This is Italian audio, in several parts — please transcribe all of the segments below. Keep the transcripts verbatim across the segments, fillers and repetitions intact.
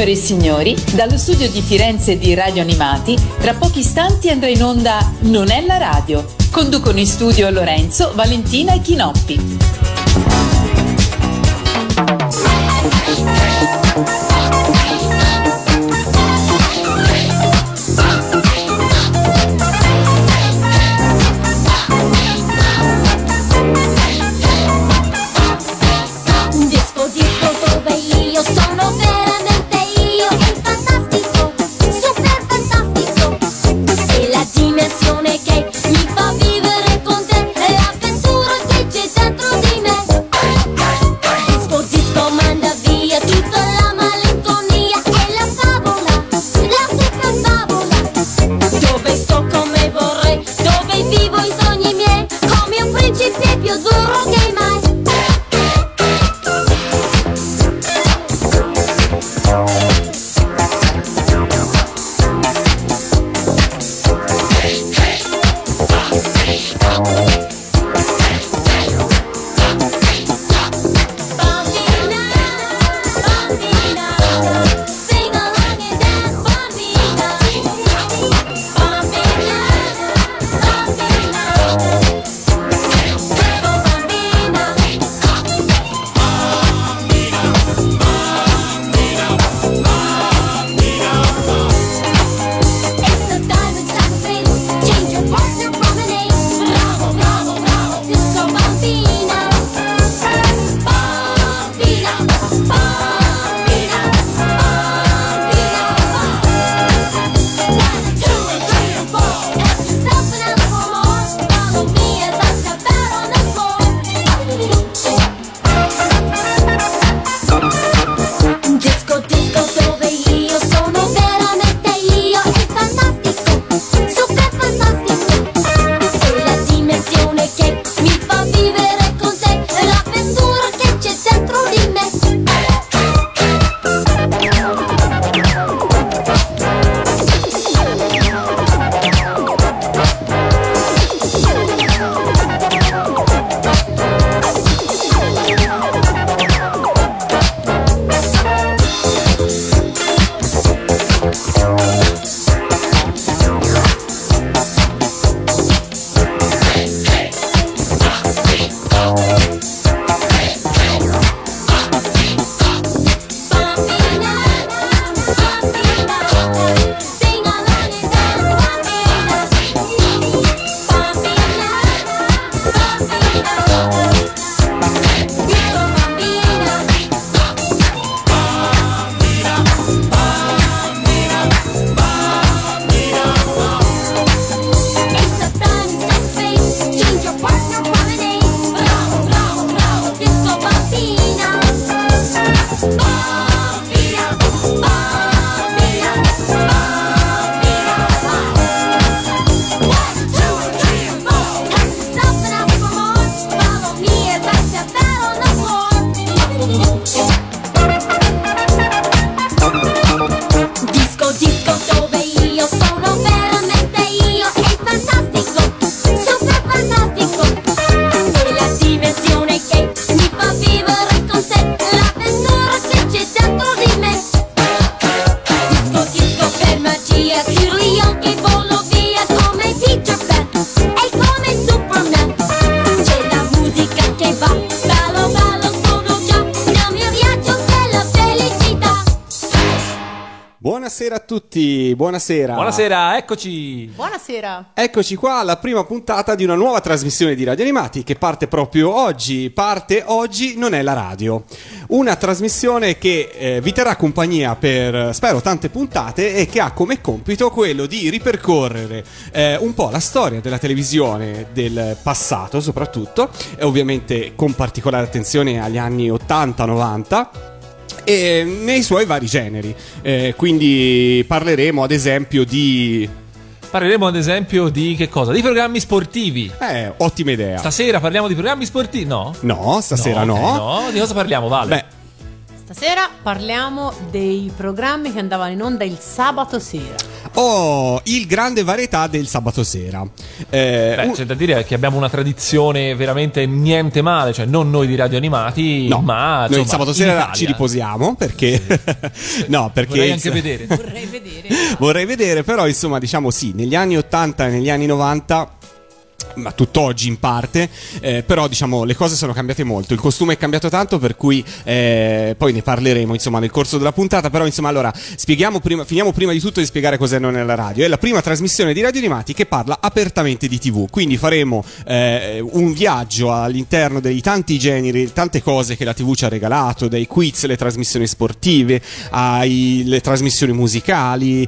Signore e signori, dallo studio di Firenze di Radio Animati, tra pochi istanti andrà in onda Non è la radio. Conducono in studio Lorenzo, Valentina e Chinoppi. Buonasera a tutti, buonasera. Buonasera, eccoci. Buonasera. Eccoci qua alla prima puntata di una nuova trasmissione di Radio Animati che parte proprio oggi. Parte oggi Non è la radio. Una trasmissione che eh, vi terrà compagnia per, spero, tante puntate e che ha come compito quello di ripercorrere eh, un po' la storia della televisione del passato soprattutto, e ovviamente con particolare attenzione agli anni ottanta novanta. E nei suoi vari generi, eh, quindi parleremo ad esempio di Parleremo ad esempio di che cosa? Di programmi sportivi. Eh, ottima idea. Stasera parliamo di programmi sportivi? No? No, stasera no, no. no. no. Di cosa parliamo, Vale? Beh, Stasera parliamo dei programmi che andavano in onda il sabato sera. o il grande varietà del sabato sera. Eh, Beh, un... c'è da dire che abbiamo una tradizione veramente niente male, cioè non noi di Radio Animati, no, ma noi insomma, il sabato sera ci riposiamo perché sì. no, perché vorrei anche vedere. Vorrei vedere. Vorrei vedere, però insomma, diciamo sì, negli anni ottanta e negli anni novanta, ma tutt'oggi in parte, eh, però diciamo le cose sono cambiate molto, il costume è cambiato tanto, per cui eh, poi ne parleremo insomma nel corso della puntata. Però insomma, allora spieghiamo prima, finiamo prima di tutto di spiegare cos'è Non è la radio. È la prima trasmissione di Radio Animati che parla apertamente di tivù, quindi faremo eh, un viaggio all'interno dei tanti generi, tante cose che la tivù ci ha regalato, dai quiz, le trasmissioni sportive, alle trasmissioni musicali,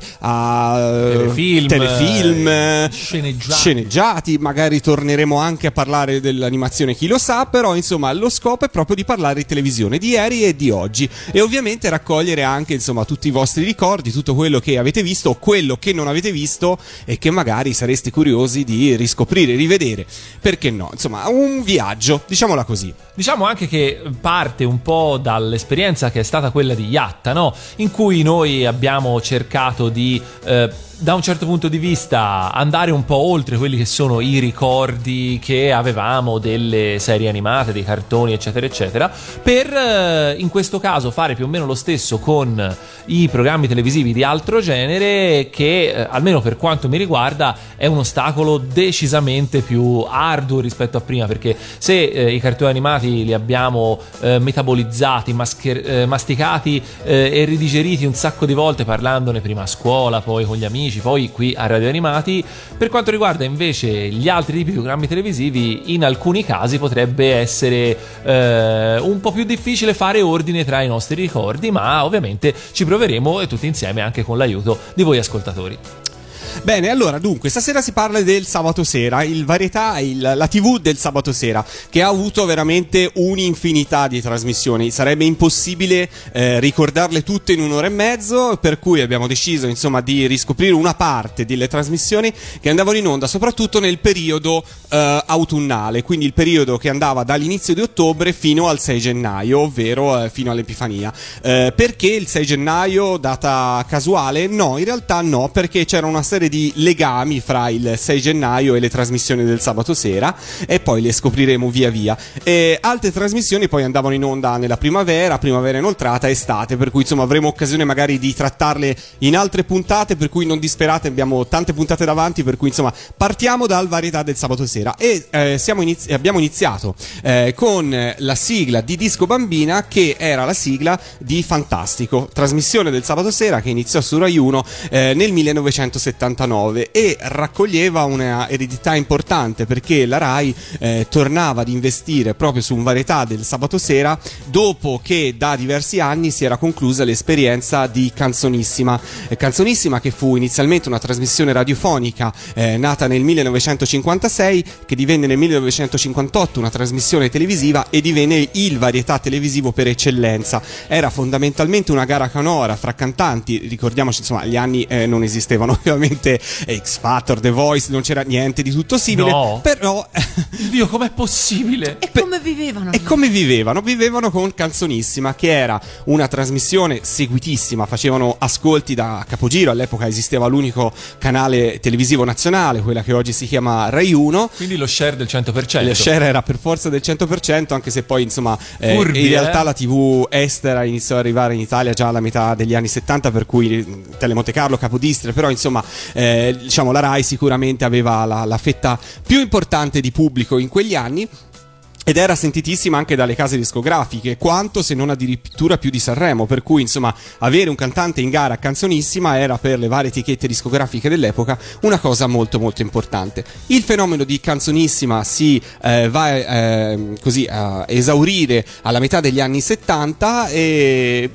a telefilm, telefilm eh, sceneggiati. sceneggiati, magari torneremo anche a parlare dell'animazione, chi lo sa, però insomma lo scopo è proprio di parlare di televisione, di ieri e di oggi, e ovviamente raccogliere anche insomma tutti i vostri ricordi, tutto quello che avete visto o quello che non avete visto e che magari sareste curiosi di riscoprire, rivedere, perché no, insomma un viaggio, diciamola così. Diciamo anche che parte un po' dall'esperienza che è stata quella di Yatta, no? In cui noi abbiamo cercato di eh, da un certo punto di vista andare un po' oltre quelli che sono i ricordi che avevamo delle serie animate, dei cartoni eccetera eccetera, per eh, in questo caso fare più o meno lo stesso con i programmi televisivi di altro genere, che eh, almeno per quanto mi riguarda è un ostacolo decisamente più arduo rispetto a prima, perché se eh, i cartoni animati li abbiamo eh, metabolizzati, mascher- eh, masticati eh, e ridigeriti un sacco di volte, parlandone prima a scuola, poi con gli amici, poi qui a Radio Animati, per quanto riguarda invece gli altri tipi di programmi televisivi, in alcuni casi potrebbe essere eh, un po' più difficile fare ordine tra i nostri ricordi, ma ovviamente ci proveremo, e tutti insieme anche con l'aiuto di voi ascoltatori. Bene, allora dunque stasera si parla del sabato sera, il varietà, il, la tivù del sabato sera, che ha avuto veramente un'infinità di trasmissioni. Sarebbe impossibile eh, ricordarle tutte in un'ora e mezzo, per cui abbiamo deciso insomma di riscoprire una parte delle trasmissioni che andavano in onda soprattutto nel periodo eh, autunnale, quindi il periodo che andava dall'inizio di ottobre fino al sei gennaio, ovvero eh, fino all'Epifania. Eh, perché il sei gennaio, data casuale? No, in realtà no, perché c'era una serie di legami fra il sei gennaio e le trasmissioni del sabato sera, e poi le scopriremo via via. E altre trasmissioni poi andavano in onda nella primavera, primavera inoltrata, estate, per cui insomma avremo occasione magari di trattarle in altre puntate, per cui non disperate, abbiamo tante puntate davanti, per cui insomma partiamo dal varietà del sabato sera e eh, siamo inizi- abbiamo iniziato eh, con la sigla di Disco Bambina, che era la sigla di Fantastico, trasmissione del sabato sera che iniziò su Rai uno eh, nel millenovecentosettantanove e raccoglieva una eredità importante, perché la Rai eh, tornava ad investire proprio su un varietà del sabato sera dopo che da diversi anni si era conclusa l'esperienza di Canzonissima. eh, Canzonissima che fu inizialmente una trasmissione radiofonica eh, nata nel millenovecentocinquantasei, che divenne nel millenovecentocinquantotto una trasmissione televisiva e divenne il varietà televisivo per eccellenza. Era fondamentalmente una gara canora fra cantanti, ricordiamoci insomma gli anni eh, non esistevano ovviamente X Factor, The Voice, non c'era niente di tutto simile, no. Però Dio, com'è possibile? E come vivevano? E come vivevano? Vivevano con Canzonissima, che era una trasmissione seguitissima, facevano ascolti da capogiro, all'epoca esisteva l'unico canale televisivo nazionale, quella che oggi si chiama Rai uno. Quindi lo share del cento per cento. Lo share era per forza del cento per cento, anche se poi insomma eh, Furbi, in realtà eh? la tivù estera iniziò ad arrivare in Italia già alla metà degli anni settanta, per cui Telemonte Carlo, Capodistria, però insomma eh, diciamo la Rai sicuramente aveva la, la fetta più importante di pubblico in quegli anni, ed era sentitissima anche dalle case discografiche, quanto se non addirittura più di Sanremo, per cui insomma avere un cantante in gara a Canzonissima era per le varie etichette discografiche dell'epoca una cosa molto molto importante. Il fenomeno di Canzonissima si eh, va eh, così a esaurire alla metà degli anni settanta e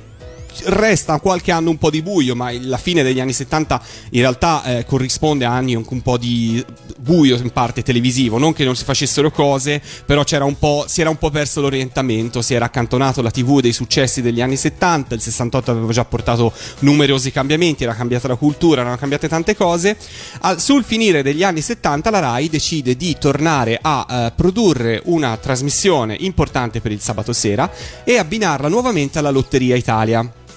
resta qualche anno un po' di buio, ma la fine degli anni settanta in realtà eh, corrisponde a anni un, un po' di buio in parte televisivo, non che non si facessero cose, però c'era un po', si era un po' perso l'orientamento, si era accantonato la tivù dei successi degli anni settanta, il sessantotto aveva già portato numerosi cambiamenti, era cambiata la cultura, erano cambiate tante cose. Al, sul finire degli anni settanta la Rai decide di tornare a eh, produrre una trasmissione importante per il sabato sera e abbinarla nuovamente alla Lotteria Italia.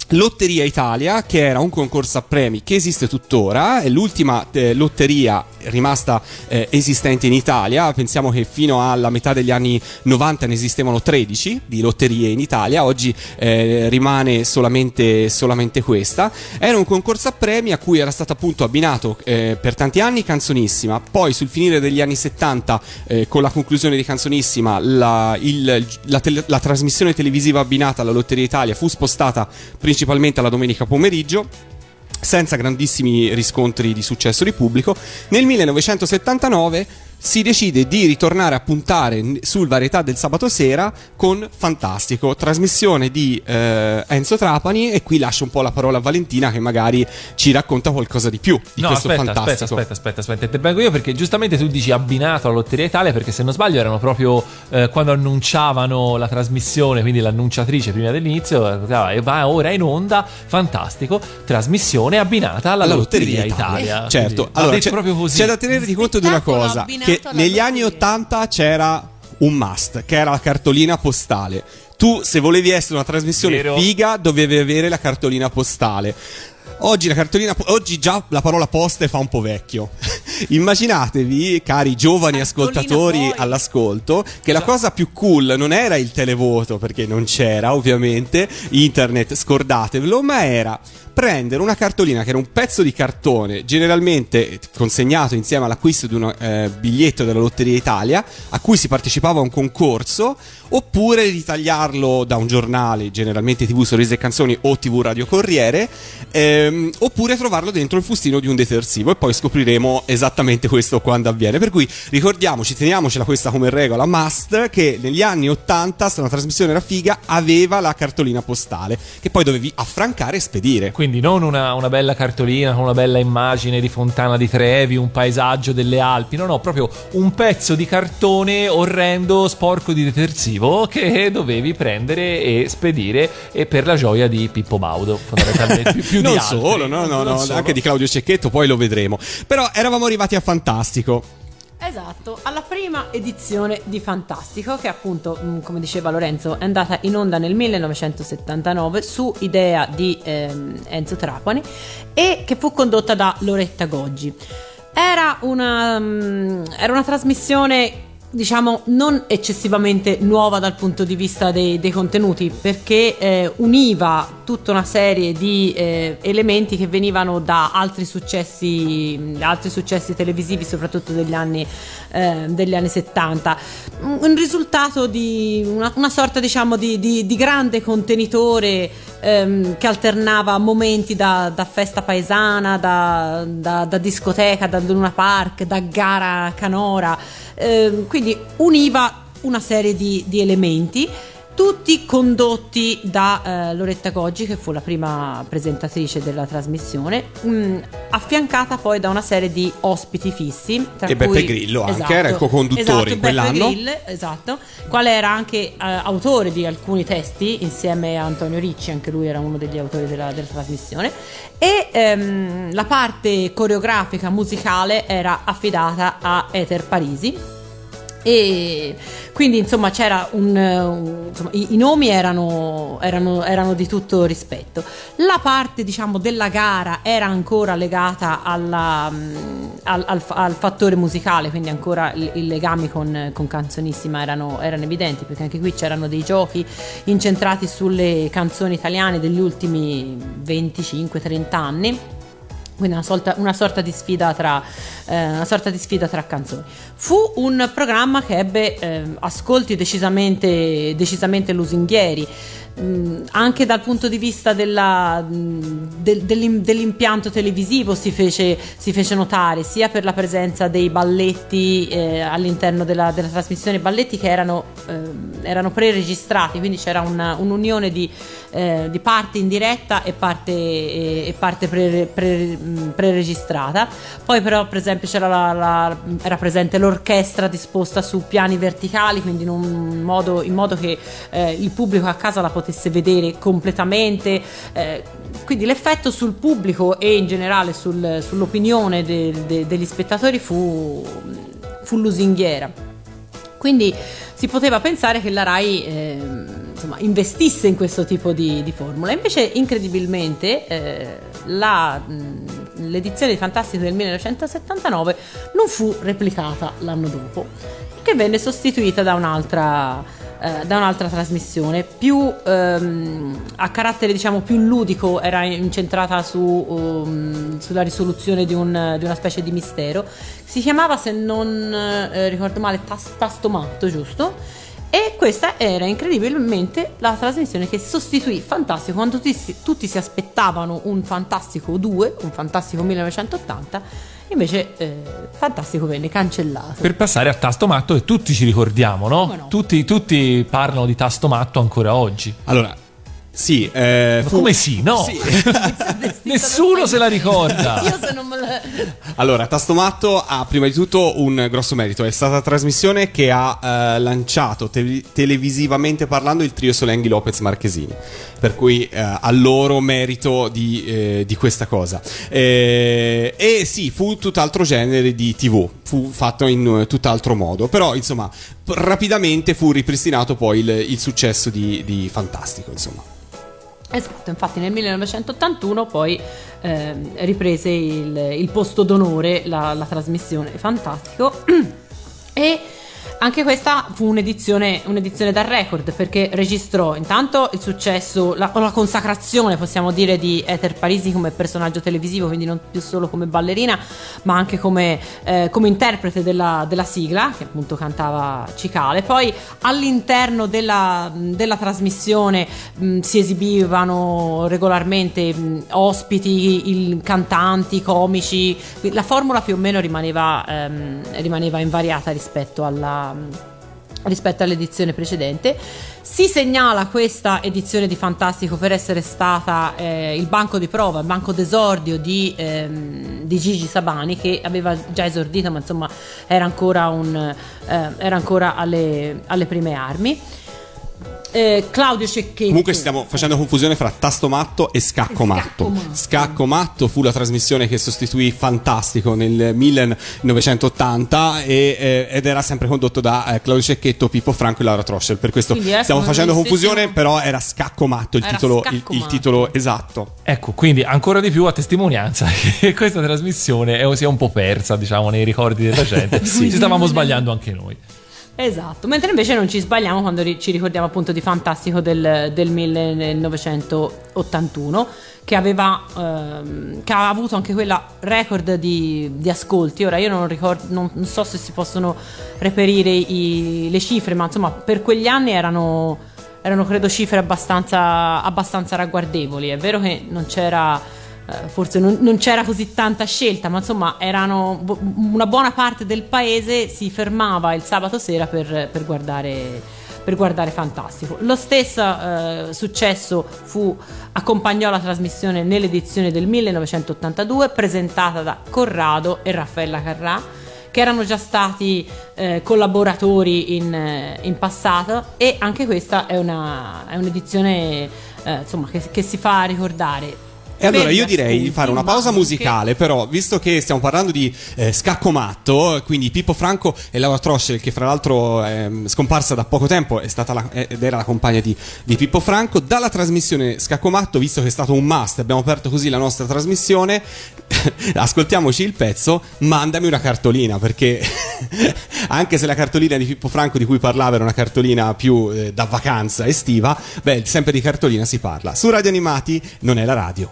Lotteria Italia, che era un concorso a premi che esiste tuttora, è l'ultima eh, lotteria rimasta eh, esistente in Italia. Pensiamo che fino alla metà degli anni novanta ne esistevano tredici di lotterie in Italia, oggi eh, rimane solamente, solamente questa. Era un concorso a premi a cui era stato appunto abbinato eh, per tanti anni Canzonissima, poi sul finire degli anni settanta eh, con la conclusione di Canzonissima la, il, la, tele, la trasmissione televisiva abbinata alla Lotteria Italia fu spostata principalmente alla domenica pomeriggio, senza grandissimi riscontri di successo di pubblico. Nel millenovecentosettantanove si decide di ritornare a puntare sul Varietà del sabato sera con Fantastico, trasmissione di eh, Enzo Trapani, e qui lascio un po' la parola a Valentina che magari ci racconta qualcosa di più di no, questo aspetta, Fantastico. Aspetta, aspetta, aspetta, intervengo io perché giustamente tu dici abbinato alla Lotteria Italia, perché se non sbaglio erano proprio eh, quando annunciavano la trasmissione, quindi l'annunciatrice prima dell'inizio e va ora in onda Fantastico, trasmissione abbinata alla, alla Lotteria, Lotteria Italia. Italia. Certo, quindi, allora c'è, proprio così. c'è da tenere di conto di una cosa, che negli anni ottanta c'era un must, che era la cartolina postale. Tu, se volevi essere una trasmissione Vero. figa, dovevi avere la cartolina postale. Oggi la cartolina, oggi già la parola posta fa un po' vecchio. Immaginatevi, cari giovani cartolina ascoltatori poi. all'ascolto, che la cosa più cool non era il televoto, perché non c'era ovviamente, internet scordatevelo, ma era prendere una cartolina che era un pezzo di cartone generalmente consegnato insieme all'acquisto di un eh, biglietto della Lotteria Italia, a cui si partecipava a un concorso, oppure ritagliarlo da un giornale, generalmente tivù Sorrisi e Canzoni o tivù Radio Corriere, ehm, oppure trovarlo dentro il fustino di un detersivo, e poi scopriremo esattamente questo quando avviene. Per cui ricordiamoci, teniamocela questa come regola must, che negli anni ottanta, se una trasmissione era figa, aveva la cartolina postale che poi dovevi affrancare e spedire. Quindi non una, una bella cartolina con una bella immagine di Fontana di Trevi, un paesaggio delle Alpi, no no, proprio un pezzo di cartone orrendo, sporco di detersivo, che dovevi prendere e spedire, e per la gioia di Pippo Baudo fondamentalmente, più, più non di altri. solo, no, no, no, anche di Claudio Cecchetto, poi lo vedremo. Però eravamo arrivati a Fantastico. Esatto, alla prima edizione di Fantastico, che appunto, come diceva Lorenzo, è andata in onda nel millenovecentosettantanove su idea di ehm, Enzo Trapani, e che fu condotta da Loretta Goggi. Era una, um, era una trasmissione, diciamo, non eccessivamente nuova dal punto di vista dei, dei contenuti, perché eh, univa tutta una serie di eh, elementi che venivano da altri successi, altri successi televisivi, soprattutto degli anni, eh, degli anni settanta. Un risultato di una, una sorta, diciamo, di, di, di grande contenitore ehm, che alternava momenti da, da festa paesana, da, da, da discoteca, da Luna Park, da gara canora. Eh, quindi univa una serie di, di elementi, tutti condotti da eh, Loretta Goggi, che fu la prima presentatrice della trasmissione, mh, affiancata poi da una serie di ospiti fissi, tra e cui, Beppe Grillo anche, esatto, era il co-conduttore esatto, in quell'anno. Beppe Grill, esatto, quale era anche eh, autore di alcuni testi insieme a Antonio Ricci, anche lui era uno degli autori della, della trasmissione, e ehm, la parte coreografica musicale era affidata a Eter Parisi. E quindi insomma c'era un, un insomma, i, i nomi erano, erano, erano di tutto rispetto. La parte, diciamo, della gara era ancora legata alla, al, al, al fattore musicale, quindi ancora i, i legami con, con Canzonissima erano, erano evidenti, perché anche qui c'erano dei giochi incentrati sulle canzoni italiane degli ultimi venticinque trenta anni. Quindi una sorta, una sorta di sfida tra eh, una sorta di sfida tra canzoni. Fu un programma che ebbe eh, ascolti decisamente decisamente lusinghieri, mh, anche dal punto di vista della, mh, del, dell'im, dell'impianto televisivo si fece, si fece notare, sia per la presenza dei balletti eh, all'interno della, della trasmissione, balletti che erano, eh, erano pre-registrati, quindi c'era una, un'unione di, eh, di parte in diretta e parte, e, e parte pre, pre preregistrata. Poi però, per esempio, c'era la, la, era presente l'orchestra disposta su piani verticali, quindi in un modo, in modo che eh, il pubblico a casa la potesse vedere completamente, eh, quindi l'effetto sul pubblico e in generale sul, sull'opinione de, de, degli spettatori fu, fu lusinghiera. Quindi si poteva pensare che la Rai eh, insomma, investisse in questo tipo di, di formula. Invece, incredibilmente, eh, la, mh, l'edizione di Fantastico del millenovecentosettantanove non fu replicata l'anno dopo, che venne sostituita da un'altra, eh, da un'altra trasmissione più ehm, a carattere, diciamo, più ludico, era incentrata su, um, sulla risoluzione di, un, di una specie di mistero. Si chiamava, se non eh, ricordo male, Tas- Tastomatto, giusto? E questa era incredibilmente la trasmissione che sostituì Fantastico quando tutti, tutti si aspettavano un Fantastico due, un Fantastico millenovecentottanta. Invece eh, Fantastico venne cancellato per passare a Tastomatto, e tutti ci ricordiamo, no? no? Tutti, tutti parlano di Tastomatto ancora oggi. Allora, sì, eh, Ma fu... come sì, no? Sì. Nessuno se la ricorda. Io se non me la... Allora, Tastomatto ha prima di tutto un grosso merito. È stata la trasmissione che ha eh, lanciato te- televisivamente parlando il trio Solenghi Lopez Marchesini, per cui eh, a loro merito di, eh, di questa cosa. Eh, e sì, fu tutt'altro genere di tivù, fu fatto in uh, tutt'altro modo, però insomma p- rapidamente fu ripristinato poi il, il successo di, di Fantastico, insomma. Esatto, infatti nel millenovecentottantuno poi eh, riprese il, il posto d'onore la, la trasmissione Fantastico e anche questa fu un'edizione, un'edizione da record, perché registrò intanto il successo, la, la consacrazione, possiamo dire, di Ether Parisi come personaggio televisivo, quindi non più solo come ballerina ma anche come, eh, come interprete della, della sigla, che appunto cantava Cicale. Poi all'interno della, della trasmissione mh, si esibivano regolarmente mh, ospiti, il, cantanti, comici. La formula più o meno rimaneva, ehm, rimaneva invariata rispetto alla rispetto all'edizione precedente. Si segnala questa edizione di Fantastico per essere stata eh, il banco di prova, il banco d'esordio di, ehm, di Gigi Sabani, che aveva già esordito ma insomma era ancora, un, eh, era ancora alle, alle prime armi. Eh, Claudio Cecchetto. Comunque stiamo facendo confusione fra Tastomatto e Scacco Matto. Scacco Matto fu la trasmissione che sostituì Fantastico nel millenovecentottanta e, eh, ed era sempre condotto da eh, Claudio Cecchetto, Pippo Franco e Laura Troschel. Per questo stiamo facendo confusione, stesso... però era Scacco Matto il, titolo, il, il titolo esatto. Ecco, quindi ancora di più a testimonianza che questa trasmissione è, si è un po' persa, diciamo, nei ricordi della gente. Sì. Ci stavamo sbagliando anche noi. Esatto, mentre invece non ci sbagliamo quando ri- ci ricordiamo appunto di Fantastico del, del millenovecentottantuno, che aveva ehm, che ha avuto anche quella record di, di ascolti. Ora io non ricordo, non, non so se si possono reperire i, le cifre, ma insomma per quegli anni erano, erano credo cifre abbastanza, abbastanza ragguardevoli. È vero che non c'era Uh, forse non, non c'era così tanta scelta, ma insomma erano una buona parte del paese si fermava il sabato sera per, per guardare per guardare Fantastico. Lo stesso uh, successo fu accompagnò la trasmissione nell'edizione del millenovecentottantadue, presentata da Corrado e Raffaella Carrà, che erano già stati eh, collaboratori in, in passato, e anche questa è, una, è un'edizione eh, insomma che, che si fa ricordare. E allora io direi di fare una pausa musicale, però, visto che stiamo parlando di eh, Scacco Matto, quindi Pippo Franco e Laura Troschel, che fra l'altro è scomparsa da poco tempo, è stata la, ed era la compagna di, di Pippo Franco, dalla trasmissione Scacco Matto, visto che è stato un must, abbiamo aperto così la nostra trasmissione, ascoltiamoci il pezzo Mandami una cartolina, perché anche se la cartolina di Pippo Franco di cui parlava era una cartolina più eh, da vacanza estiva, beh, sempre di cartolina si parla. Su Radio Animati non è la radio.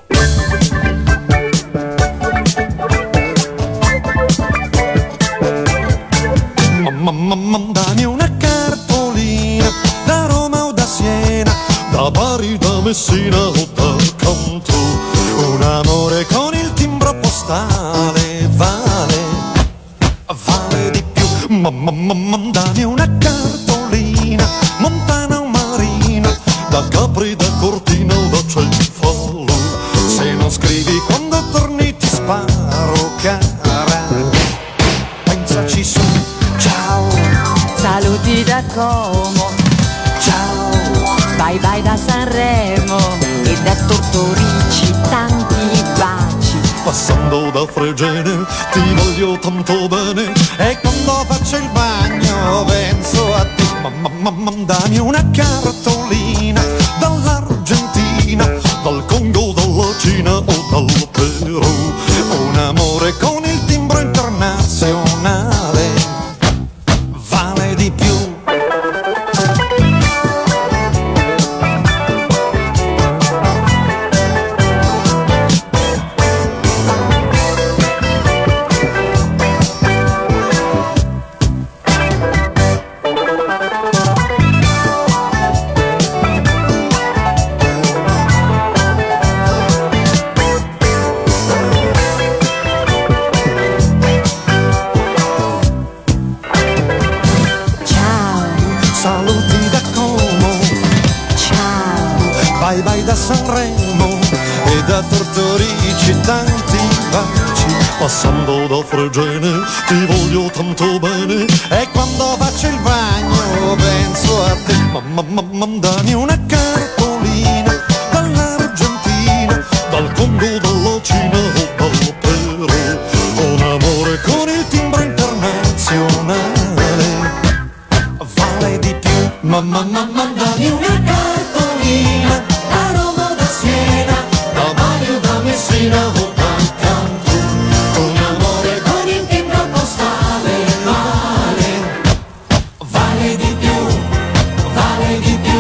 Mandami una cartolina da Roma o da Siena, da Bari, da Messina o da Canto. Un amore con il timbro postale vale, vale di più. Mandami una cartolina, montana o marina, da Capri, da Cortina o da Cefalù. Se non scrivi quando torni ti sparo, cara, pensaci su. Ciao, saluti da Como, ciao, bye bye da Sanremo e da Tortorici, tanti baci. passando da Fregene, ti voglio tanto bene, e quando faccio il bagno penso a te. Mamma, mamma, dammi una cartolina dall'Argentina, dal Congo, dalla Cina o dal Perù, un amore con il timbro internazionale vale di più. Sanremo e da Tortorici tanti baci, passando da Fregene ti voglio tanto bene, e quando faccio il bagno penso a te. Mamma, mamma, dammi una cartolina dall'Argentina, dal Congo, dalla Cina o dal Perù, un amore con il timbro internazionale vale di più. Mamma, mamma, dammi una cartolina Messina o dal Cantù, un amore con il timbro postale vale, vale di più, vale di più,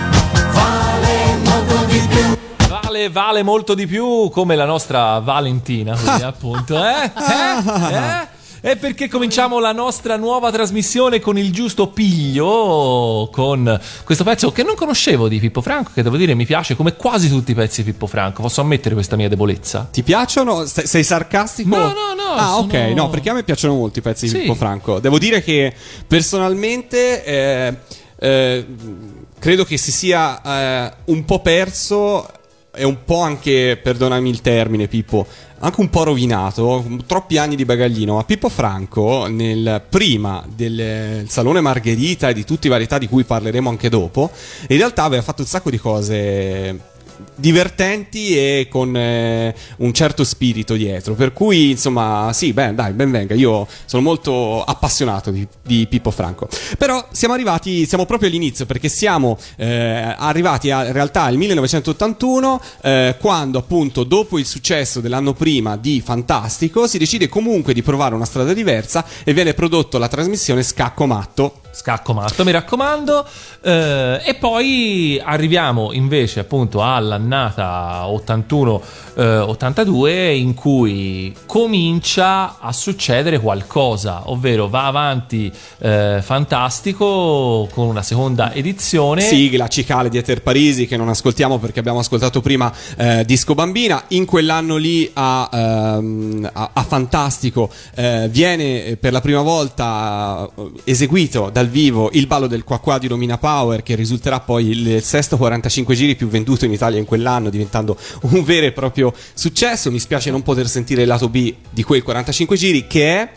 vale molto di più. Vale, vale molto di più, come la nostra Valentina, quindi, appunto, eh? Eh? Eh? E perché cominciamo la nostra nuova trasmissione con il giusto piglio, con questo pezzo che non conoscevo di Pippo Franco, che devo dire mi piace come quasi tutti i pezzi di Pippo Franco. Posso ammettere questa mia debolezza? Ti piacciono? Sei, sei sarcastico? No, no, no. Ah, sono... ok, no, perché a me piacciono molto i pezzi di sì. Pippo Franco. Devo dire che personalmente eh, eh, credo che si sia eh, un po' perso e un po' anche, perdonami il termine Pippo, anche un po' rovinato, troppi anni di bagaglino. Ma Pippo Franco, nel, prima del Salone Margherita e di tutte le varietà di cui parleremo anche dopo, in realtà aveva fatto un sacco di cose divertenti e con eh, un certo spirito dietro, per cui insomma sì, beh dai, ben venga, io sono molto appassionato di, di Pippo Franco. Però siamo arrivati, siamo proprio all'inizio, perché siamo eh, arrivati a, in realtà al millenovecentottantuno, eh, quando appunto dopo il successo dell'anno prima di Fantastico si decide comunque di provare una strada diversa e viene prodotto la trasmissione Scacco Matto. Scacco Matto, mi raccomando, eh, e poi arriviamo invece appunto all'annata ottantuno ottantadue, in cui comincia a succedere qualcosa, ovvero va avanti eh, Fantastico con una seconda edizione. Sigla Cicale di Eter Parisi, che non ascoltiamo perché abbiamo ascoltato prima eh, Disco Bambina. In quell'anno lì a, ehm, a, a Fantastico eh, viene per la prima volta eseguito dal vivo il ballo del Qua Qua di Romina Power, che risulterà poi il sesto quarantacinque giri più venduto in Italia in quell'anno, diventando un vero e proprio successo. Mi spiace non poter sentire il lato B di quei quarantacinque giri, che è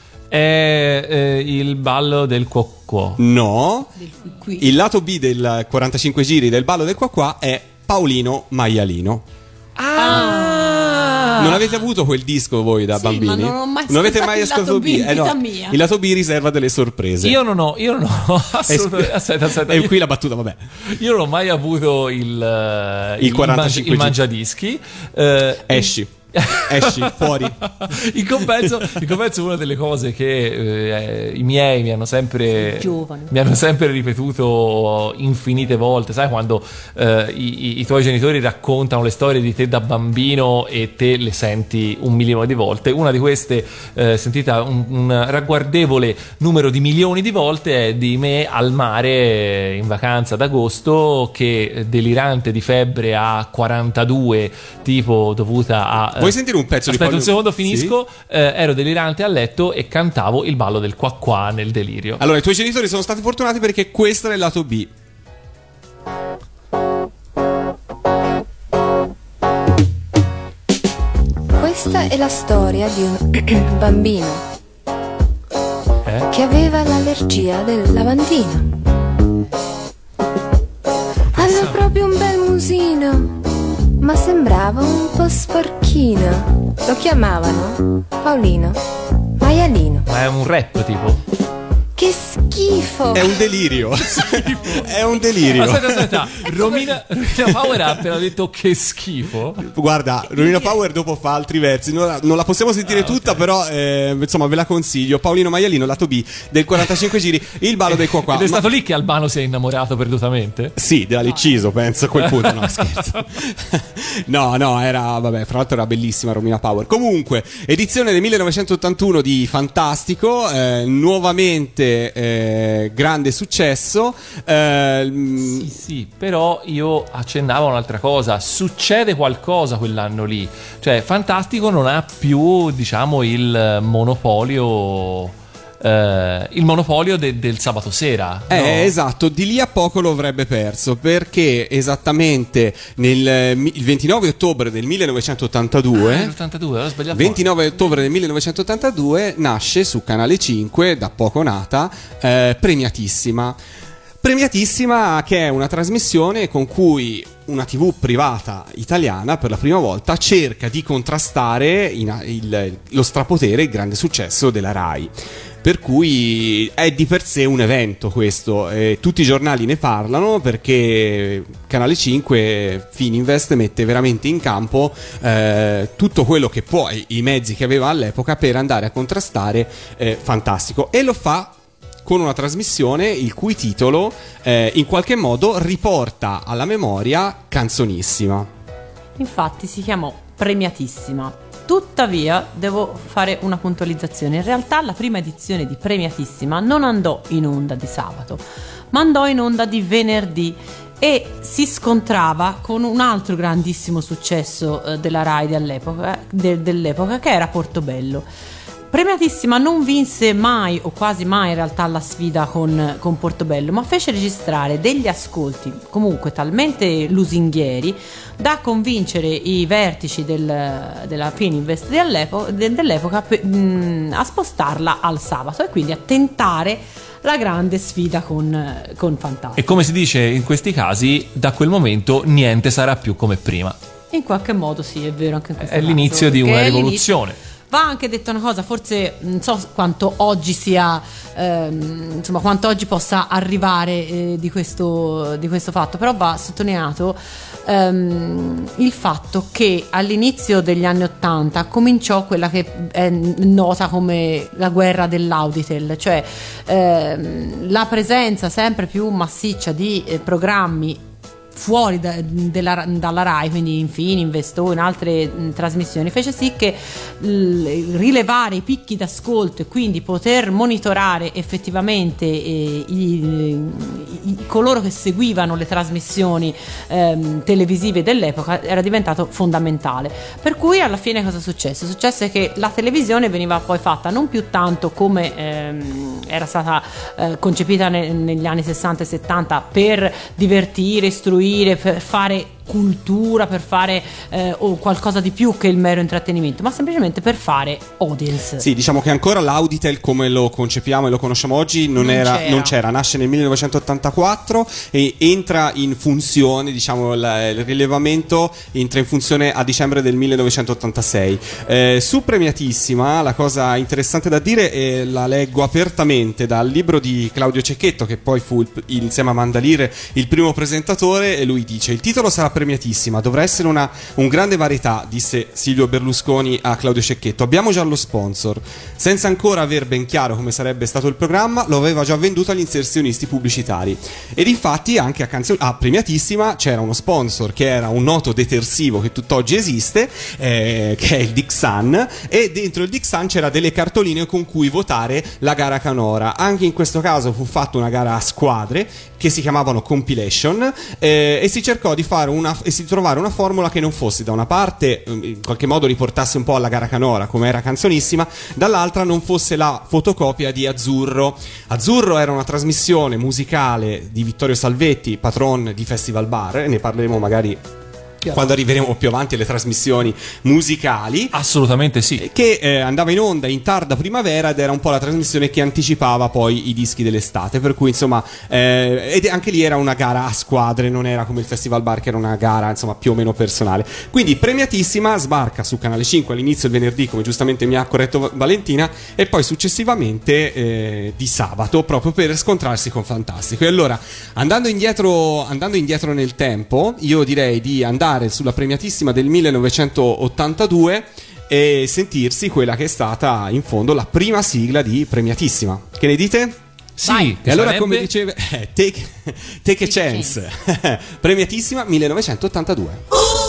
è eh, il ballo del Qua Qua. No, il lato B del quarantacinque giri del ballo del Qua Qua è Paolino Maialino. Ah! Non avete avuto quel disco voi da sì, bambini? Ma non ho mai non avete mai il ascoltato lato B, B? Eh, no, mia. il lato B riserva delle sorprese. Io non ho, io non ho assolutamente. Aspetta, aspetta. E io, qui la battuta, vabbè. Io non ho mai avuto il, il, il quarantacinque il mangiadischi. Eh, Esci. Esci fuori. Il compenso, il compenso è una delle cose che eh, i miei mi hanno sempre Giovane. mi hanno sempre ripetuto infinite volte. Sai quando eh, i, i tuoi genitori raccontano le storie di te da bambino e te le senti un milione di volte? Una di queste eh, sentita un, un ragguardevole numero di milioni di volte è di me al mare in vacanza d'agosto, che delirante di febbre a quarantadue, tipo dovuta a Vuoi sentire un pezzo Aspetta di un secondo, finisco. Sì? Eh, ero delirante a letto e cantavo il ballo del Qua Qua nel delirio. Allora, i tuoi genitori sono stati fortunati perché questo era il lato B. Questa è la storia di un bambino Eh? che aveva l'allergia del lavandino. Aveva proprio un bel musino ma sembrava un po' sporchino. Lo chiamavano Paolino Maialino. Ma è un rap tipo? Che schifo! È un delirio. È un delirio. Aspetta, aspetta. Romina, Romina Power ha appena detto che schifo. Guarda, Romina Power dopo fa altri versi. Non la, non la possiamo sentire Ah, okay. tutta, però eh, insomma ve la consiglio. Paolino Maialino, lato B del quarantacinque giri, il ballo dei qua qua. Ed è Ma- stato lì che Albano si è innamorato perdutamente? Sì, della Liciso, penso a quel punto. No, scherzo. No, no, era, vabbè, fra l'altro era bellissima Romina Power. Comunque, edizione del millenovecentottantuno di Fantastico, eh, nuovamente eh, grande successo. Eh, Sì, sì, però io accennavo a un'altra cosa. Succede qualcosa quell'anno lì. Cioè, Fantastico non ha più, diciamo, il monopolio... eh, il monopolio de- del sabato sera. Eh, no? esatto, di lì a poco lo avrebbe perso, perché esattamente nel eh, mi- il ventinove ottobre del millenovecentottantadue, Ah, l'ottantadue, ho sbagliato. ventinove ottobre del millenovecentottantadue nasce su Canale cinque, da poco nata, eh, Premiatissima. Premiatissima, che è una trasmissione con cui una tivù privata italiana per la prima volta cerca di contrastare in- il- lo strapotere, il grande successo della Rai. Per cui è di per sé un evento questo, eh, tutti i giornali ne parlano perché Canale cinque Fininvest mette veramente in campo eh, tutto quello che può, i i mezzi che aveva all'epoca per andare a contrastare eh, Fantastico, e lo fa con una trasmissione il cui titolo eh, in qualche modo riporta alla memoria Canzonissima. Infatti si chiamò Premiatissima. Tuttavia devo fare una puntualizzazione. In realtà la prima edizione di Premiatissima non andò in onda di sabato, ma andò in onda di venerdì e si scontrava con un altro grandissimo successo eh, della Rai dell'epoca, de- dell'epoca, che era Portobello. Premiatissima non vinse mai o quasi mai in realtà la sfida con, con Portobello, ma fece registrare degli ascolti comunque talmente lusinghieri da convincere i vertici del, della Fininvest dell'epoca, de, dell'epoca pe, mh, a spostarla al sabato e quindi a tentare la grande sfida con, con Fantastico. E come si dice in questi casi, da quel momento niente sarà più come prima. In qualche modo sì, è vero anche in questo È caso, l'inizio di perché una è l'inizio. rivoluzione. Va anche detto una cosa, forse non so quanto oggi sia, ehm, insomma, quanto oggi possa arrivare eh, di, questo, di questo fatto, però va sottolineato ehm, il fatto che all'inizio degli anni Ottanta cominciò quella che è nota come la guerra dell'Auditel, cioè ehm, la presenza sempre più massiccia di eh, programmi fuori da, della, dalla Rai, quindi in Fininvest o in altre mh, trasmissioni, fece sì che l, rilevare i picchi d'ascolto e quindi poter monitorare effettivamente eh, i, i, coloro che seguivano le trasmissioni ehm, televisive dell'epoca era diventato fondamentale. Per cui alla fine cosa successe? Successe che la televisione veniva poi fatta non più tanto come ehm, era stata eh, concepita ne, negli anni sessanta e settanta per divertire, istruire, per fare cultura, per fare eh, o qualcosa di più che il mero intrattenimento, ma semplicemente per fare audience. Sì, diciamo che ancora l'Auditel come lo concepiamo e lo conosciamo oggi non, Non era, c'era. non c'era, nasce nel millenovecentottantaquattro e entra in funzione, diciamo il, il rilevamento entra in funzione a dicembre del millenovecentottantasei. Eh, su Premiatissima la cosa interessante da dire, e la leggo apertamente dal libro di Claudio Cecchetto, che poi fu il, insieme a Mandalire il primo presentatore, e lui dice: il titolo sarà Premiatissima, dovrà essere una un grande varietà, disse Silvio Berlusconi a Claudio Cecchetto. Abbiamo già lo sponsor. Senza ancora aver ben chiaro come sarebbe stato il programma, lo aveva già venduto agli inserzionisti pubblicitari. Ed infatti anche a, canzone, a Premiatissima c'era uno sponsor che era un noto detersivo che tutt'oggi esiste, eh, che è il Dixan, e dentro il Dixan c'era delle cartoline con cui votare la gara canora. Anche in questo caso fu fatta una gara a squadre che si chiamavano compilation, eh, e si cercò di fare una e si trovare una formula che non fosse da una parte in qualche modo riportasse un po' alla gara canora come era Canzonissima, dall'altra non fosse la fotocopia di Azzurro. Azzurro era una trasmissione musicale di Vittorio Salvetti, patron di Festival Bar, e ne parleremo magari quando arriveremo più avanti alle trasmissioni musicali. Assolutamente sì. Che eh, andava in onda in tarda primavera ed era un po' la trasmissione che anticipava poi i dischi dell'estate, per cui insomma eh, ed anche lì era una gara a squadre, non era come il Festival Bar che era una gara insomma più o meno personale. Quindi Premiatissima sbarca su Canale cinque all'inizio il venerdì, come giustamente mi ha corretto Valentina, e poi successivamente eh, di sabato, proprio per scontrarsi con Fantastico. E allora andando indietro, andando indietro nel tempo, io direi di andare sulla Premiatissima del millenovecentottantadue e sentirsi quella che è stata in fondo la prima sigla di Premiatissima. Che ne dite? Sì, e allora sarebbe... come diceva eh, Take, take a Chance, Premiatissima millenovecentottantadue.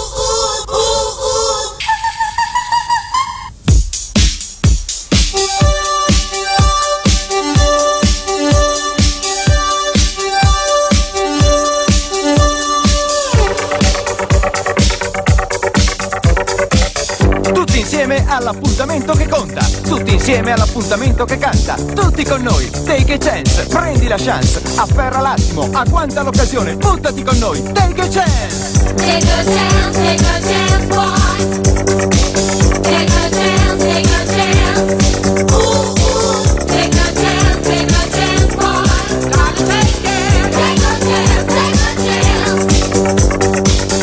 All'appuntamento che conta, tutti insieme all'appuntamento che canta, tutti con noi, take a chance, prendi la chance, afferra l'attimo, agguanta l'occasione, buttati con noi, take a chance. Take a chance, take a chance, boy. Take a chance, take a chance. Ooh, ooh. Take a chance, take a chance, boy. Gotta take it. Take a chance, take a chance.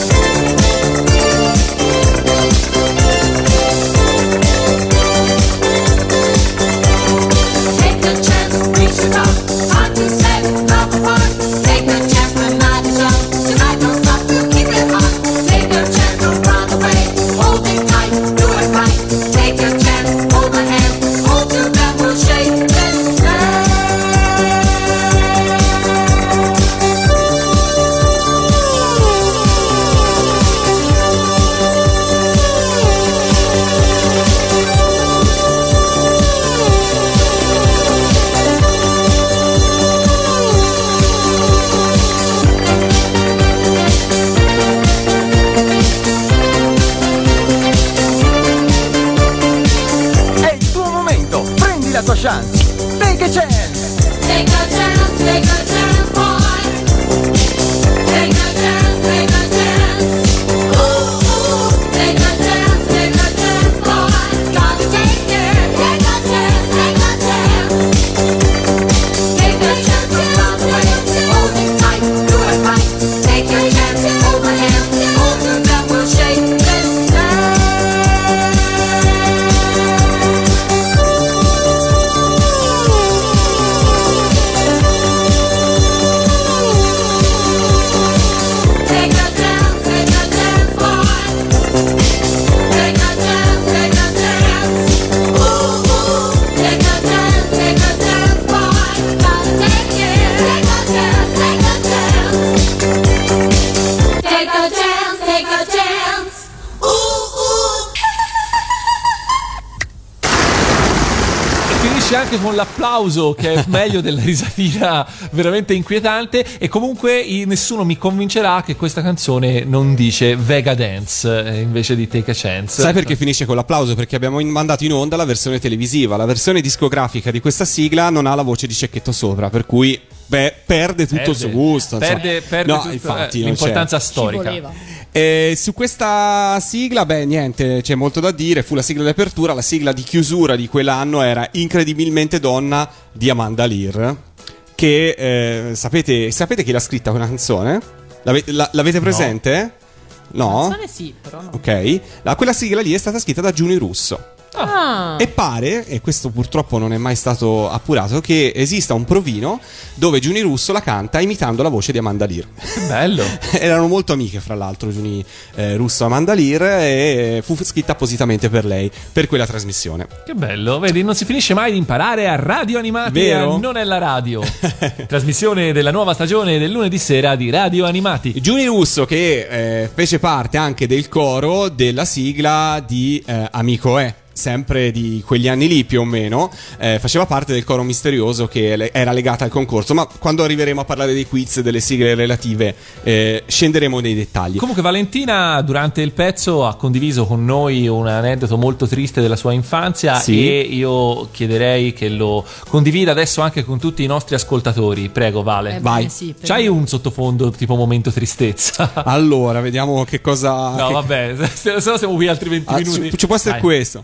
Chance. Take a chance. Take a chance, take a chance, boy. Take a chance, take a chance. Ooh, ooh. Take a chance, take a chance, boy. Gotta take it. Take a chance, take a chance. Take a chance around the way. Hold it tight, do it right. Take a chance over him. Hold it that will shake this night. Anche con l'applauso, che è meglio della risatina veramente inquietante. E comunque nessuno mi convincerà che questa canzone non dice Vega Dance eh, invece di Take a Chance. Sai perché finisce con l'applauso? Perché abbiamo mandato in onda la versione televisiva. La versione discografica di questa sigla non ha la voce di Cecchetto sopra, per cui beh, perde tutto perde, il suo gusto. Perde, perde no, tutto, infatti, eh, l'importanza storica. E su questa sigla, beh, niente, c'è molto da dire. Fu la sigla di apertura, la sigla di chiusura di quell'anno era Incredibilmente Donna di Amanda Lear. Che eh, sapete, sapete chi l'ha scritta quella canzone? L'ave, la, l'avete presente? No. No? La canzone sì, però no. Ok, la, quella sigla lì è stata scritta da Giuni Russo. Ah. E pare, e questo purtroppo non è mai stato appurato, che esista un provino dove Giuni Russo la canta imitando la voce di Amanda Lear. Che bello. Erano molto amiche, fra l'altro, Giuni eh, Russo e Amanda Lear, e fu scritta appositamente per lei, per quella trasmissione. Che bello, vedi, non si finisce mai di imparare a Radio Animati. Vero? A Non è la radio. Trasmissione della nuova stagione del lunedì sera di Radio Animati. Giuni Russo che eh, fece parte anche del coro della sigla di eh, Amico è. sempre di quegli anni lì più o meno, eh, faceva parte del coro misterioso che le- era legata al concorso, ma quando arriveremo a parlare dei quiz e delle sigle relative eh, scenderemo nei dettagli. Comunque Valentina durante il pezzo ha condiviso con noi un aneddoto molto triste della sua infanzia, Sì. e io chiederei che lo condivida adesso anche con tutti i nostri ascoltatori. Prego Vale. Eh, Vai. bene, sì, per- C'hai un sottofondo tipo momento tristezza? Allora, vediamo che cosa... No che- vabbè, se se no siamo qui altri venti Ah, minuti. ci, ci può essere Dai. questo.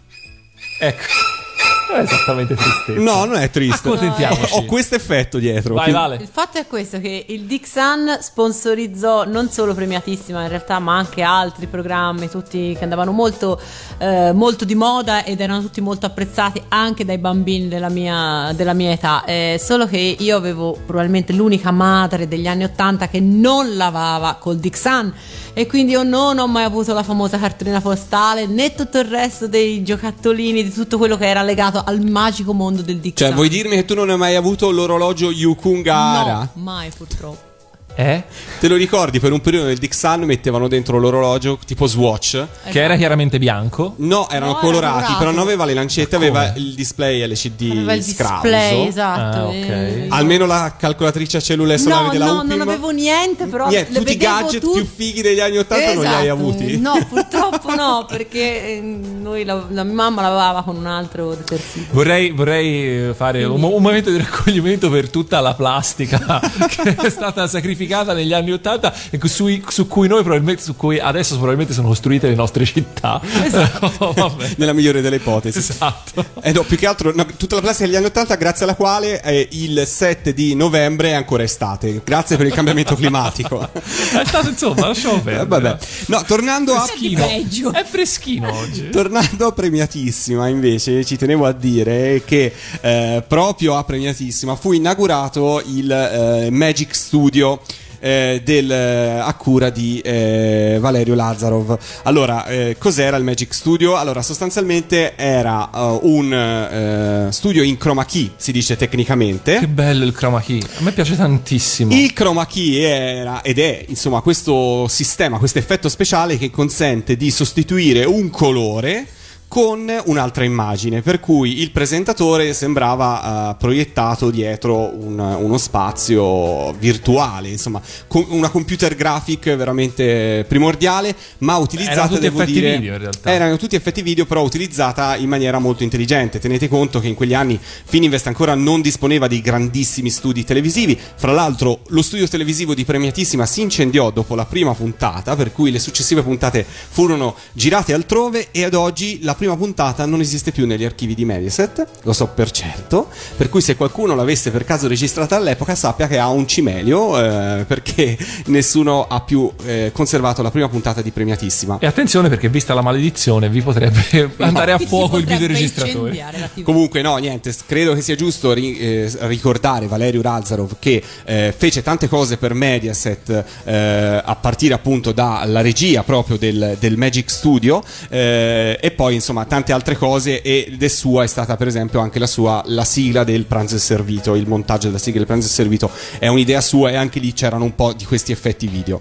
Ecco. Non è esattamente tristezza. No, non è triste. Accontentiamoci. Ho questo effetto dietro. Vai Quindi- Vale. Il fatto è questo, che il Dixan sponsorizzò non solo Premiatissima in realtà, ma anche altri programmi, tutti che andavano molto, eh, molto di moda ed erano tutti molto apprezzati anche dai bambini della mia, della mia età. Eh, solo che io avevo probabilmente l'unica madre degli anni ottanta che non lavava col Dixan, e quindi io non ho mai avuto la famosa cartolina postale né tutto il resto dei giocattolini, di tutto quello che era legato al magico mondo del Dixan. Cioè, vuoi dirmi che tu non hai mai avuto l'orologio Yukon Gara? No, mai purtroppo. Eh? Te lo ricordi? Per un periodo nel Dixan mettevano dentro l'orologio tipo Swatch. Che era chiaramente bianco. No, erano No, era colorati, colorato. però non aveva le lancette, Ma come? aveva il display L C D Aveva il scrauso. display, esatto. Ah, ok. eh. Almeno la calcolatrice a cellule sonore No, della no, U P I M. non avevo niente, però Niente, le tutti i vedevo gadget tutti. più fighi degli anni ottanta non li hai Esatto. avuti? No, purtroppo no, perché eh, noi la, la mia mamma lavava con un altro detersivo. Vorrei, vorrei fare un, mo- un momento di raccoglimento per tutta la plastica che è stata sacrificata negli anni ottanta e su, su cui noi probabilmente, su cui adesso probabilmente sono costruite le nostre città. Esatto. Vabbè. Nella migliore delle ipotesi. Esatto. Eh no, più che altro no, tutta la plastica degli anni ottanta, grazie alla quale eh, il sette di novembre è ancora estate. Grazie per il cambiamento climatico. È stato insomma, lasciamo Eh, perdere. vabbè. No, tornando a Freschino. Peggio. È freschino oggi. Tornando a Premiatissima, invece, ci tenevo a dire che eh, proprio a Premiatissima fu inaugurato il eh, Magic Studio eh, del, eh, a cura di eh, Valerio Lazzarov. Allora, eh, cos'era il Magic Studio? Allora, sostanzialmente era eh, un eh, studio in chroma key, si dice tecnicamente. Che bello il chroma key. A me piace tantissimo. Il chroma key era ed è insomma questo sistema, questo effetto speciale che consente di sostituire un colore con un'altra immagine, per cui il presentatore sembrava uh, proiettato dietro un, uno spazio virtuale, insomma, con una computer graphic veramente primordiale, ma utilizzata, Erano tutti devo effetti dire, video, in realtà. erano tutti effetti video, però utilizzata in maniera molto intelligente. Tenete conto che in quegli anni Fininvest ancora non disponeva di grandissimi studi televisivi. Fra l'altro, lo studio televisivo di Premiatissima si incendiò dopo la prima puntata, per cui le successive puntate furono girate altrove e ad oggi la prima puntata non esiste più negli archivi di Mediaset, lo so per certo, per cui se qualcuno l'avesse per caso registrata all'epoca sappia che ha un cimelio, eh, perché nessuno ha più eh, conservato la prima puntata di Premiatissima. E attenzione, perché vista la maledizione vi potrebbe andare a Si fuoco il potrebbe videoregistratore. incendiare la tivù. Comunque no, niente, credo che sia giusto ri- eh, ricordare Valerio Lazzarov che eh, fece tante cose per Mediaset, eh, a partire appunto dalla regia proprio del, del Magic Studio, eh, e poi insomma tante altre cose, ed è sua è stata per esempio anche la sua la sigla del Pranzo è servito, il montaggio della sigla del Pranzo è servito è un'idea sua, e anche lì c'erano un po' di questi effetti video.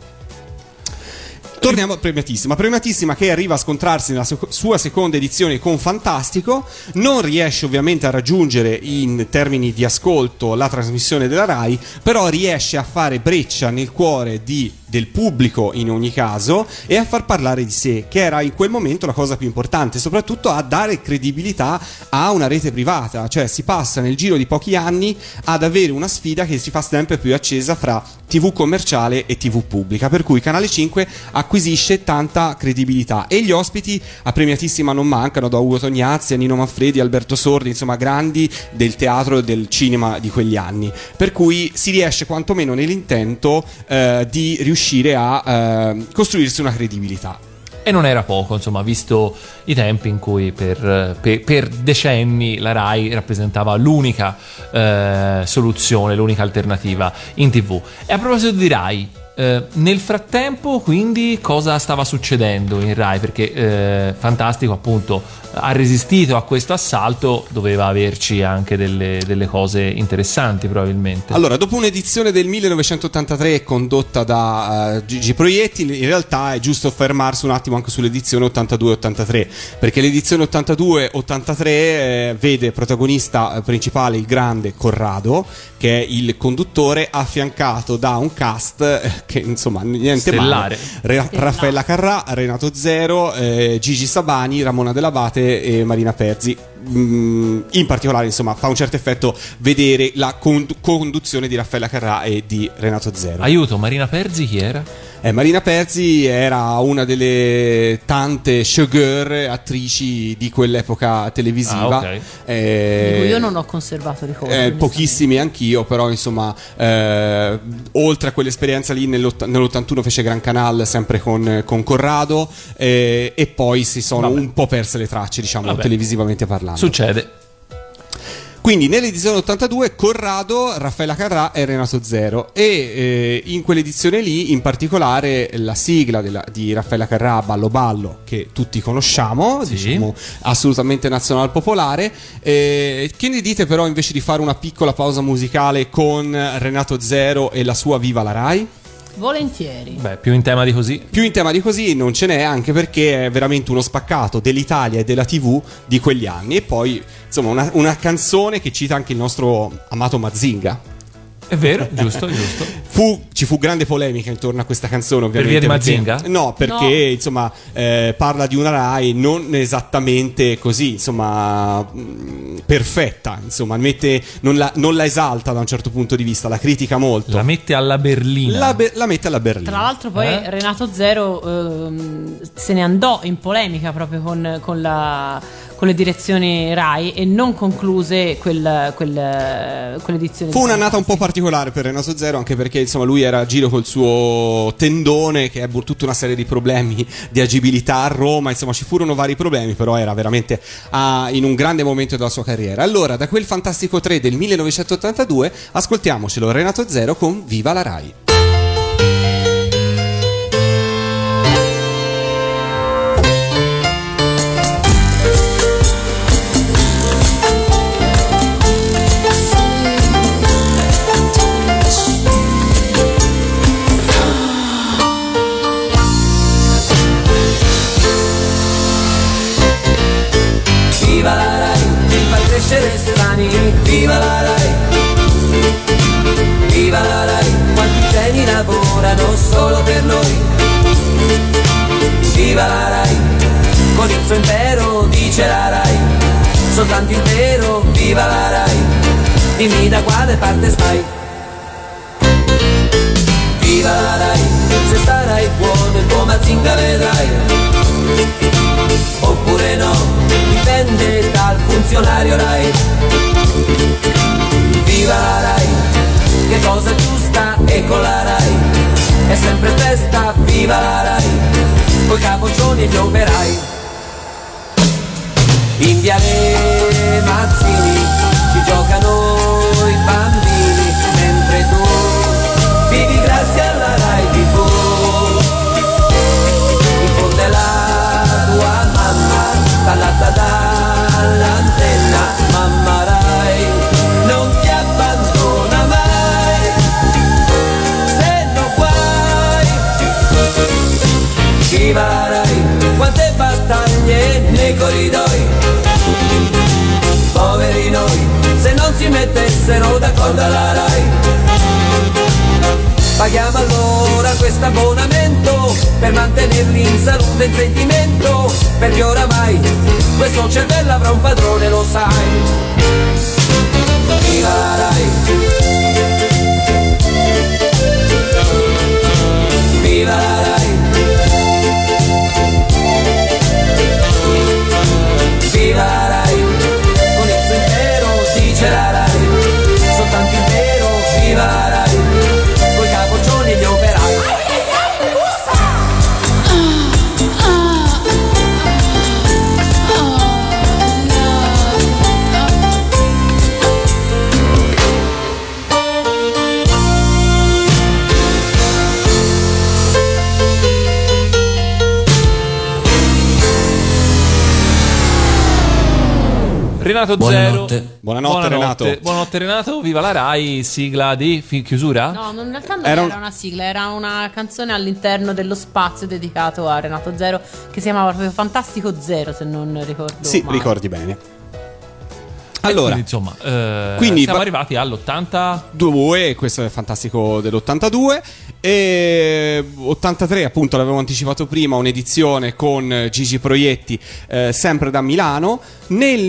Torniamo a Premiatissima. Premiatissima che arriva a scontrarsi nella su- sua seconda edizione con Fantastico, non riesce ovviamente a raggiungere in termini di ascolto la trasmissione della Rai, però riesce a fare breccia nel cuore di, del pubblico in ogni caso, e a far parlare di sé, che era in quel momento la cosa più importante, soprattutto a dare credibilità a una rete privata. Cioè si passa nel giro di pochi anni ad avere una sfida che si fa sempre più accesa fra tivù commerciale e tivù pubblica, per cui Canale cinque acquisisce tanta credibilità, e gli ospiti a Premiatissima non mancano, da Ugo Tognazzi a Nino Manfredi, Alberto Sordi, insomma grandi del teatro e del cinema di quegli anni, per cui si riesce quantomeno nell'intento eh, di riuscire a eh, costruirsi una credibilità. E non era poco, insomma, visto i tempi in cui per, per, per decenni la Rai rappresentava l'unica eh, soluzione, l'unica alternativa in tivù. E a proposito di Rai, Eh, nel frattempo, quindi, cosa stava succedendo in Rai? Perché eh, Fantastico, appunto, ha resistito a questo assalto, doveva averci anche delle, delle cose interessanti, probabilmente. Allora, dopo un'edizione del millenovecentottantatré condotta da uh, Gigi Proietti, in realtà è giusto fermarsi un attimo anche sull'edizione ottantadue ottantatré, perché l'edizione ottantadue ottantatré eh, vede protagonista eh, principale il grande Corrado, che è il conduttore, affiancato da un cast eh, che insomma niente stellare. male. Re- Raffaella Carrà, Renato Zero, eh, Gigi Sabani, Ramona Dell'Abate e Marina Perzi. Mm, in particolare, insomma, fa un certo effetto vedere la con- conduzione di Raffaella Carrà e di Renato Zero. Aiuto, Marina Perzi chi era? Eh, Marina Perzi era una delle tante showgirl, attrici di quell'epoca televisiva. Ah, ok. Eh, Di cui io non ho conservato ricordi. eh, pochissimi anch'io, però insomma, eh, oltre a quell'esperienza lì nell'ott- nell'ottantuno fece Gran Canal sempre con, con Corrado, eh, e poi si sono Vabbè. un po' perse le tracce, diciamo, Vabbè. televisivamente parlando. Succede. Quindi nell'edizione ottantadue Corrado, Raffaella Carrà e Renato Zero, e eh, in quell'edizione lì in particolare la sigla della, di Raffaella Carrà, Ballo Ballo, che tutti conosciamo, Sì. diciamo assolutamente nazional popolare. Eh, che ne dite però invece di fare una piccola pausa musicale con Renato Zero e la sua Viva la Rai? Volentieri. Beh, più in tema di così. Più in tema di così non ce n'è, anche perché è veramente uno spaccato dell'Italia e della tivù di quegli anni. E poi, insomma, una, una canzone che cita anche il nostro amato Mazinga. È vero, giusto, giusto. Fu, ci fu grande polemica intorno a questa canzone, Per ovviamente. via di perché- Mazinga? No, perché No. insomma eh, parla di una Rai non esattamente così, insomma, mh, perfetta. Insomma, mette, non, la, non la esalta da un certo punto di vista, la critica molto. La mette alla berlina. La, be- la mette alla berlina. Tra l'altro poi Eh? Renato Zero ehm, se ne andò in polemica proprio con, con la, con le direzioni Rai e non concluse quel, quel, quell'edizione. Fu di un'annata un po' Fantastico. particolare per Renato Zero, anche perché insomma lui era a giro col suo tendone, che ebbe tutta una serie di problemi di agibilità a Roma. Insomma, ci furono vari problemi, però era veramente ah, in un grande momento della sua carriera. Allora, da quel Fantastico tre del millenovecentottantadue, ascoltiamocelo, Renato Zero con Viva la Rai. Viva la Rai, fa crescere strani, viva la Rai. Viva la Rai, quanti geni lavorano solo per noi. Viva la Rai, con il suo impero dice la Rai. Soltanto il vero, viva la Rai. Dimmi da quale parte stai. Viva la Rai, se starai buono il tuo Mazinga vedrai. Oppure no, dipende dal funzionario Rai. Viva la Rai, che cosa giusta e con la Rai è sempre festa, viva la Rai, coi capoccioni e gli operai. In viale Mazzini ci giocano i bambini, mentre tu vivi grazie alla Rai tivù. In fondo è la tua mamma, ballata dall'antenna, mamma Rai non ti abbandona mai, se no guai. Viva la Rai, quante battaglie nei corridoi, poveri noi, se non si mettessero d'accordo alla Rai. Paghiamo allora questo abbonamento per mantenerli in salute e in sentimento, perché oramai questo cervello avrà un padrone, lo sai. Viva la Rai, viva la Rai, viva la Rai, con il suo impero dice la Rai. Soltanto il vero, viva la Rai, coi capoccioni e gli operai. Renato Buonanotte. Zero. Buonanotte, Renato. Buonanotte Renato, viva la Rai, sigla di fi- chiusura? No, non- in realtà non Era era, un- una sigla, era una canzone all'interno dello spazio dedicato a Renato Zero che si chiamava proprio Fantastico Zero, se non ricordo Sì, male. ricordi bene. E Allora, quindi, insomma, eh, quindi siamo pa- arrivati all'ottanta. due, questo è il fantastico dell'ottantadue. E ottantatré, appunto, l'avevo anticipato prima, un'edizione con Gigi Proietti, eh, sempre da Milano. Nel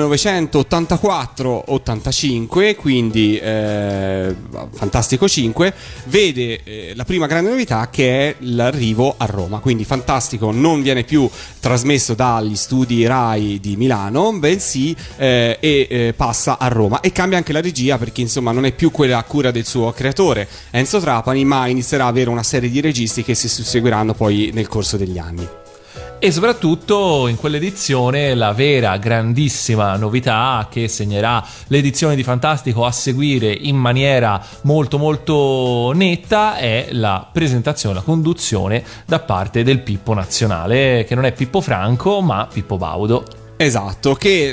millenovecentottantaquattro ottantacinque, quindi eh, Fantastico cinque, vede eh, la prima grande novità, che è l'arrivo a Roma. Quindi Fantastico non viene più trasmesso dagli studi Rai di Milano, bensì eh, e eh, passa a Roma, e cambia anche la regia, perché insomma non è più quella a cura del suo creatore Enzo Trapani, ma inizierà a avere una serie di registi che si susseguiranno poi nel corso degli anni. E soprattutto in quell'edizione la vera grandissima novità che segnerà l'edizione di Fantastico a seguire in maniera molto molto netta è la presentazione, la conduzione da parte del Pippo nazionale, che non è Pippo Franco ma Pippo Baudo. Esatto, che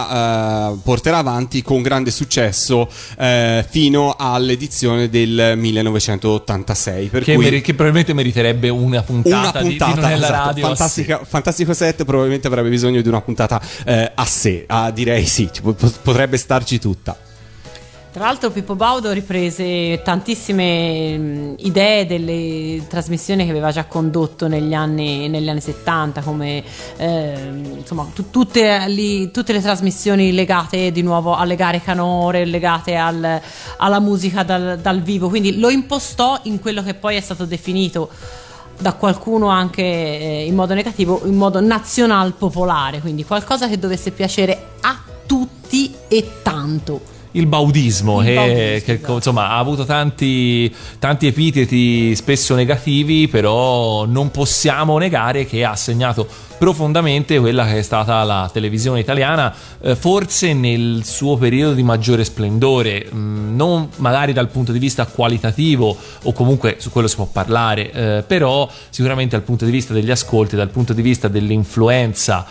la eh, porterà avanti con grande successo eh, fino all'edizione del millenovecentottantasei, per Che, cui meri- che probabilmente meriterebbe una puntata, una puntata di, di Non è la esatto, radio. Fantastica- Fantastico sette probabilmente avrebbe bisogno di una puntata eh, a sé, ah, direi sì, ci po- potrebbe starci tutta. Tra l'altro Pippo Baudo riprese tantissime mh, idee delle trasmissioni che aveva già condotto negli anni, negli anni settanta, come eh, insomma tu- tutte, li- tutte le trasmissioni legate di nuovo alle gare canore, legate al- alla musica dal, dal vivo, quindi lo impostò in quello che poi è stato definito da qualcuno anche eh, in modo negativo, in modo nazional popolare, quindi qualcosa che dovesse piacere a tutti e tanto. Il baudismo, Il che, baudismo, che, esatto. insomma ha avuto tanti, tanti epiteti spesso negativi, però non possiamo negare che ha segnato profondamente quella che è stata la televisione italiana, eh, forse nel suo periodo di maggiore splendore, mh, non magari dal punto di vista qualitativo, o comunque su quello si può parlare, eh, però sicuramente dal punto di vista degli ascolti, dal punto di vista dell'influenza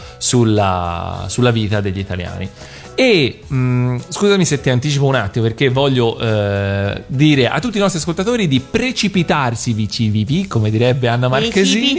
sulla, sulla vita degli italiani. E mh, scusami se ti anticipo un attimo, perché voglio eh, dire a tutti i nostri ascoltatori di precipitarsi vici, come direbbe Anna Marchesini.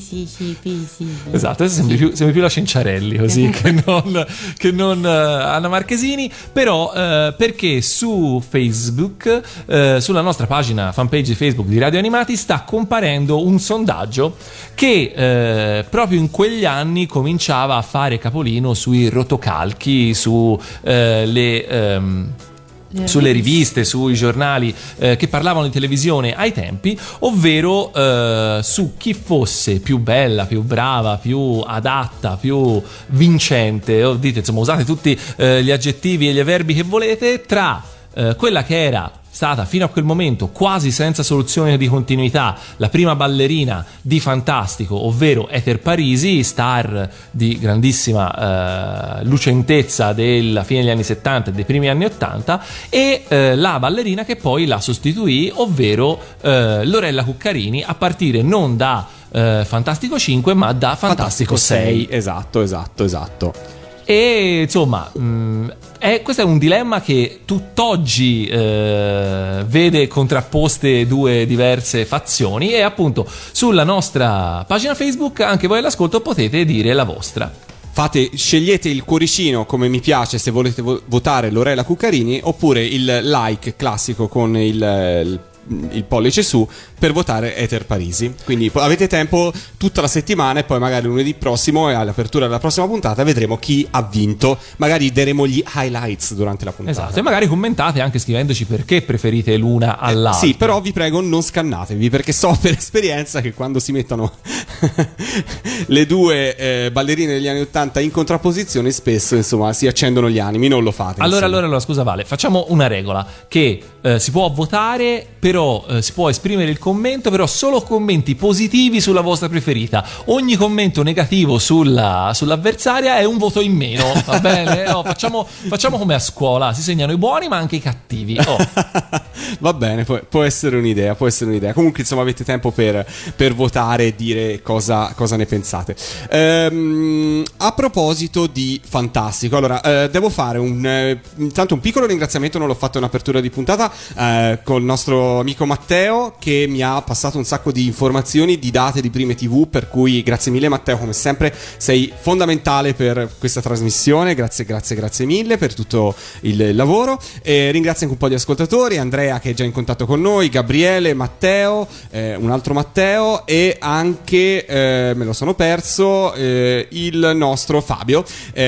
Esatto, adesso sembri più, sembri più la Cenciarelli così che non, che non uh, Anna Marchesini, però uh, perché su Facebook, uh, sulla nostra pagina fanpage Facebook di Radio Animati, sta comparendo un sondaggio che uh, proprio in quegli anni cominciava a fare capolino sui rotocalchi, su uh, le... Um, sulle riviste, sui giornali eh, che parlavano di televisione ai tempi, ovvero eh, su chi fosse più bella, più brava, più adatta, più vincente, o dite, insomma, usate tutti eh, gli aggettivi e gli avverbi che volete, tra eh, quella che era stata fino a quel momento quasi senza soluzione di continuità la prima ballerina di Fantastico, ovvero Ether Parisi, star di grandissima eh, lucentezza della fine degli anni settanta e dei primi anni ottanta, e eh, la ballerina che poi la sostituì, ovvero eh, Lorella Cuccarini, a partire non da eh, Fantastico cinque ma da Fantastico, Fantastico sei. Esatto, esatto, esatto. E insomma, mh, è, questo è un dilemma che tutt'oggi eh, vede contrapposte due diverse fazioni, e appunto sulla nostra pagina Facebook anche voi all'ascolto potete dire la vostra. Fate, scegliete il cuoricino come mi piace se volete vo- votare Lorella Cuccarini, oppure il like classico con il, il il pollice su per votare Ether Parisi. Quindi avete tempo tutta la settimana, e poi magari lunedì prossimo e all'apertura della prossima puntata vedremo chi ha vinto, magari daremo gli highlights durante la puntata. Esatto, e magari commentate anche scrivendoci perché preferite l'una all'altra. Eh, sì, però vi prego non scannatevi, perché so per esperienza che quando si mettono le due eh, ballerine degli anni ottanta in contrapposizione spesso insomma si accendono gli animi. Non lo fate. Allora, insomma. allora, allora, scusa Vale, facciamo una regola, che eh, si può votare, però eh, si può esprimere il commento, però solo commenti positivi sulla vostra preferita. Ogni commento negativo sulla, sull'avversaria è un voto in meno, va bene? Oh, facciamo, facciamo come a scuola, si segnano i buoni ma anche i cattivi. Oh. Va bene, può, può essere un'idea, può essere un'idea. Comunque insomma avete tempo per, per votare e dire cosa, cosa ne pensate. Ehm, a proposito di Fantastico, allora eh, devo fare un eh, intanto un piccolo ringraziamento, non l'ho fatto in apertura di puntata, eh, col nostro amico Matteo, che mi ha passato un sacco di informazioni, di date di Prime T V, per cui grazie mille Matteo, come sempre sei fondamentale per questa trasmissione, grazie grazie grazie mille per tutto il lavoro. E ringrazio anche un po' di ascoltatori, Andrea che è già in contatto con noi, Gabriele, Matteo, eh, un altro Matteo e anche eh, me lo sono perso eh, il nostro Fabio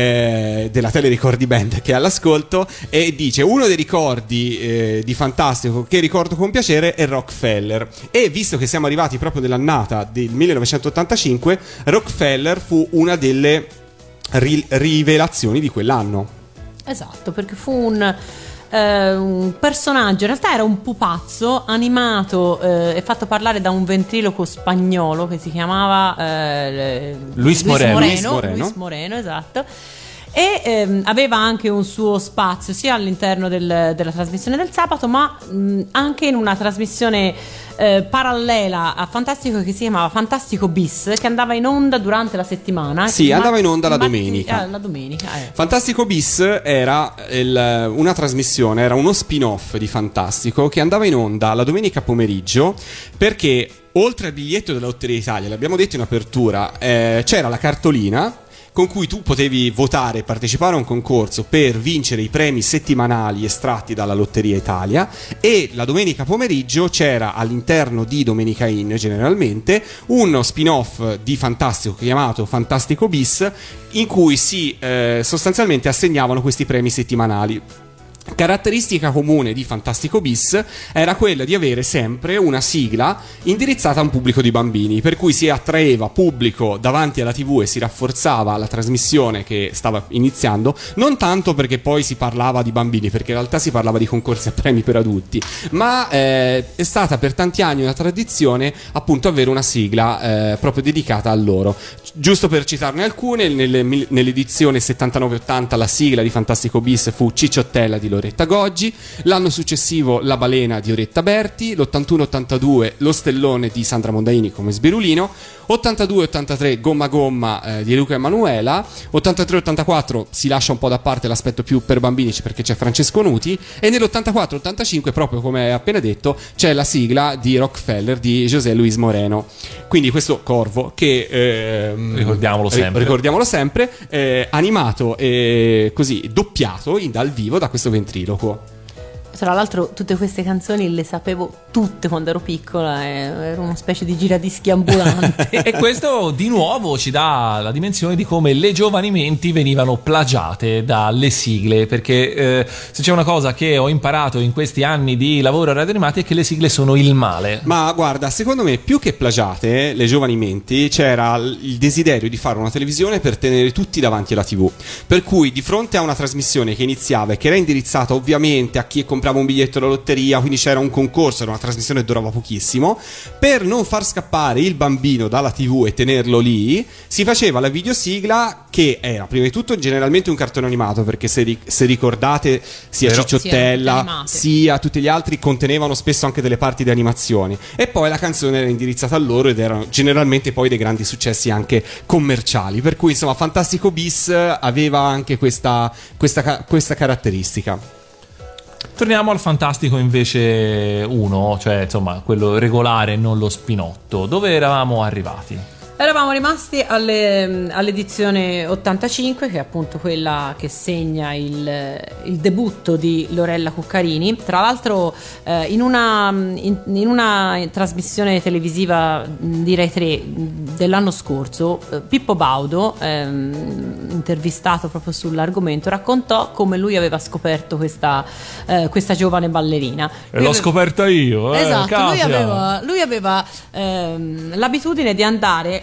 eh, della Telericordi Band, che è all'ascolto e dice: uno dei ricordi eh, di Fantastico che ricordo con piacere è Rockefeller, e visto che siamo arrivati proprio nell'annata del millenovecentottantacinque, Rockefeller fu una delle ri- rivelazioni di quell'anno. Esatto, perché fu un Uh, un personaggio, in realtà era un pupazzo animato uh, e fatto parlare da un ventriloquo spagnolo che si chiamava uh, Luis Moreno. Luis Luis Moreno. Luis Moreno, esatto. E ehm, aveva anche un suo spazio sia all'interno del, della trasmissione del sabato, ma mh, anche in una trasmissione eh, parallela a Fantastico che si chiamava Fantastico Bis, che andava in onda durante la settimana. Sì, ma- andava in onda la ma- domenica. ah, la domenica, eh. Fantastico Bis era il- una trasmissione, era uno spin-off di Fantastico che andava in onda la domenica pomeriggio, perché oltre al biglietto della Lotteria Italia, l'abbiamo detto in apertura, eh, c'era la cartolina con cui tu potevi votare e partecipare a un concorso per vincere i premi settimanali estratti dalla Lotteria Italia, e la domenica pomeriggio c'era all'interno di Domenica In generalmente uno spin-off di Fantastico chiamato Fantastico Bis, in cui si eh, sostanzialmente assegnavano questi premi settimanali. Caratteristica comune di Fantastico Bis era quella di avere sempre una sigla indirizzata a un pubblico di bambini, per cui si attraeva pubblico davanti alla tivù e si rafforzava la trasmissione che stava iniziando, non tanto perché poi si parlava di bambini, perché in realtà si parlava di concorsi a premi per adulti, ma eh, è stata per tanti anni una tradizione appunto avere una sigla eh, proprio dedicata a loro. Giusto per citarne alcune, nelle, nell'edizione settantanove ottanta la sigla di Fantastico Bis fu Cicciottella di Loretta Goggi, l'anno successivo La balena di Oretta Berti, l'ottantuno ottantadue Lo stellone di Sandra Mondaini come Sbirulino, ottantadue ottantatré Gomma Gomma eh, di Luca Emanuela, ottantatré ottantaquattro si lascia un po' da parte l'aspetto più per bambini perché c'è Francesco Nuti, e nell'ottantaquattro ottantacinque, proprio come appena detto, c'è la sigla di Rockefeller di José Luis Moreno. Quindi questo corvo che ehm, Ricordiamolo sempre. ricordiamolo sempre eh, animato e così doppiato in dal vivo da questo ventriloquo. Tra l'altro tutte queste canzoni le sapevo tutte quando ero piccola, eh, ero una specie di giradischi ambulante. E questo di nuovo ci dà la dimensione di come le giovani menti venivano plagiate dalle sigle, perché eh, se c'è una cosa che ho imparato in questi anni di lavoro a Radio Animati è che le sigle sono il male. Ma guarda, secondo me più che plagiate le giovani menti c'era il desiderio di fare una televisione per tenere tutti davanti alla tivù, per cui di fronte a una trasmissione che iniziava e che era indirizzata ovviamente a chi comprava un biglietto alla lotteria, quindi c'era un concorso, era una trasmissione che durava pochissimo, per non far scappare il bambino dalla tivù e tenerlo lì si faceva la videosigla, che era prima di tutto generalmente un cartone animato, perché se, ri- se ricordate sia Vero. Cicciottella Sì, sia tutti gli altri contenevano spesso anche delle parti di animazioni, e poi la canzone era indirizzata a loro ed erano generalmente poi dei grandi successi anche commerciali, per cui insomma Fantastico Bis aveva anche questa, questa, questa caratteristica. Torniamo al Fantastico invece uno, cioè insomma quello regolare, non lo spinotto. Dove eravamo arrivati? Eravamo rimasti alle, all'edizione ottantacinque, che è appunto quella che segna il, il debutto di Lorella Cuccarini. Tra l'altro eh, in, una, in, in una trasmissione televisiva di Rai tre dell'anno scorso, eh, Pippo Baudo, ehm, intervistato proprio sull'argomento, raccontò come lui aveva scoperto questa, eh, questa giovane ballerina. E l'ho scoperta io, eh, Esatto, lui caspita. aveva, lui aveva ehm, l'abitudine di andare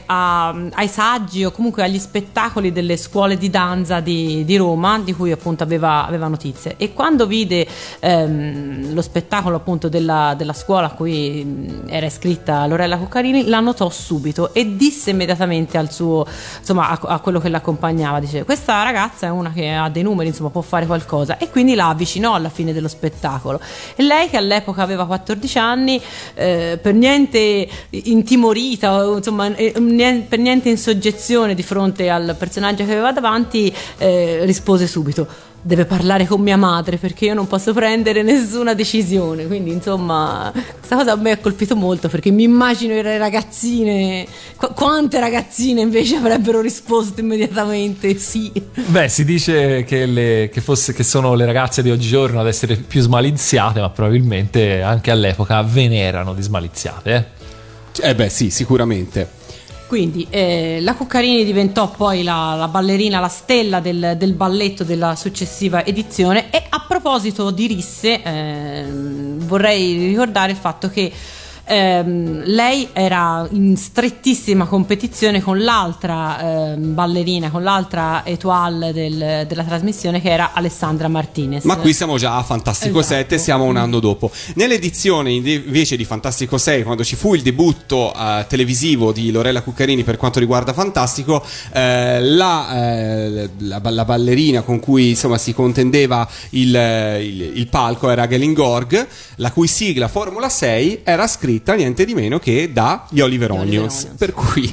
a- ai saggi o comunque agli spettacoli delle scuole di danza di, di Roma, di cui appunto aveva, aveva notizie. E quando vide ehm, lo spettacolo appunto della, della scuola a cui mh, era iscritta Lorella Cuccarini, la notò subito e disse immediatamente al suo, insomma, a, a quello che l'accompagnava, dice: questa ragazza è una che ha dei numeri, insomma, può fare qualcosa. E quindi la avvicinò alla fine dello spettacolo. E lei, che all'epoca aveva quattordici anni, eh, per niente intimorita, o, insomma, eh, nien- per niente in soggezione di fronte al personaggio che aveva davanti, eh, rispose subito: deve parlare con mia madre, perché io non posso prendere nessuna decisione. Quindi insomma questa cosa a me ha colpito molto, perché mi immagino le ragazzine, qu- quante ragazzine invece avrebbero risposto immediatamente sì. Beh, si dice che, le, che, fosse, che sono le ragazze di oggigiorno ad essere più smaliziate, ma probabilmente anche all'epoca ve ne erano di smaliziate, eh? Eh beh, sì, sicuramente. Quindi eh, la Cuccarini diventò poi la, la ballerina, la stella del, del balletto della successiva edizione. E a proposito di risse, eh, vorrei ricordare il fatto che ehm, lei era in strettissima competizione con l'altra ehm, ballerina, con l'altra étoile del- della trasmissione, che era Alessandra Martinez. Ma qui siamo già a Fantastico Esatto. sette, siamo un anno dopo. Nell'edizione invece di Fantastico sei, quando ci fu il debutto eh, televisivo di Lorella Cuccarini per quanto riguarda Fantastico, eh, la, eh, la, la ballerina con cui insomma si contendeva il, il, il palco era Galen Gorg, la cui sigla Formula sei era scritta niente di meno che da gli Oliver Oliver Onions. Onions. Per cui,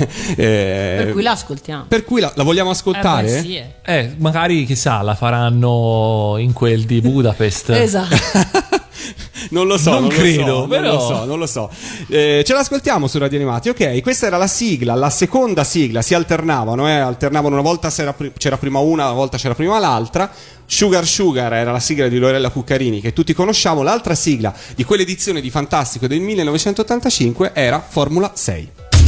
eh, Per cui la ascoltiamo. per cui la, la vogliamo ascoltare? Eh, beh, sì, eh. Eh, magari chissà, la faranno in quel di Budapest. Esatto. Non lo so, Non non, credo, lo so, però- non lo so, non lo so. Eh, ce l'ascoltiamo su Radio Animati. Ok, questa era la sigla, la seconda sigla, si alternavano, eh, alternavano una volta c'era, pri- c'era prima una, una volta c'era prima l'altra. Sugar Sugar era la sigla di Lorella Cuccarini che tutti conosciamo, l'altra sigla di quell'edizione di Fantastico del millenovecentottantacinque era Formula sei.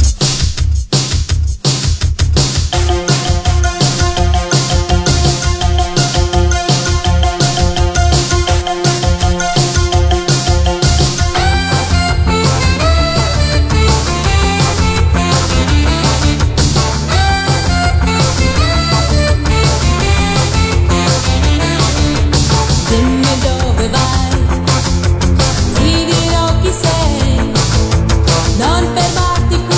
Dimmi dove vai, ti dirò chi sei, non fermarti qui.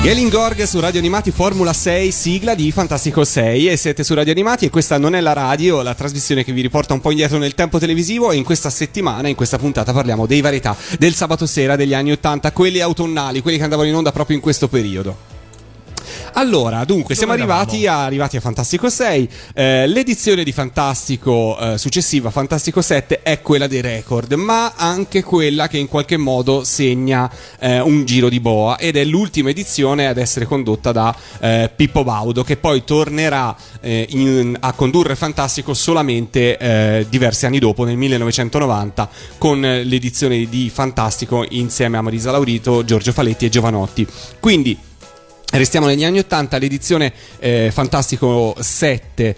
Galen Gorg su Radio Animati, Formula sei, sigla di Fantastico sei, e siete su Radio Animati e questa non è la radio, la trasmissione che vi riporta un po' indietro nel tempo televisivo, e in questa settimana, in questa puntata parliamo dei varietà del sabato sera degli anni ottanta, quelli autunnali, quelli che andavano in onda proprio in questo periodo. Allora, dunque, siamo arrivati a, arrivati a Fantastico sei. Eh, l'edizione di Fantastico eh, successiva, Fantastico sette, è quella dei record, ma anche quella che in qualche modo segna eh, un giro di boa, ed è l'ultima edizione ad essere condotta da eh, Pippo Baudo, che poi tornerà eh, in, a condurre Fantastico solamente eh, diversi anni dopo, nel millenovecentonovanta, con eh, l'edizione di Fantastico insieme a Marisa Laurito, Giorgio Faletti e Giovanotti. Quindi restiamo negli anni ottanta. L'edizione eh, Fantastico sette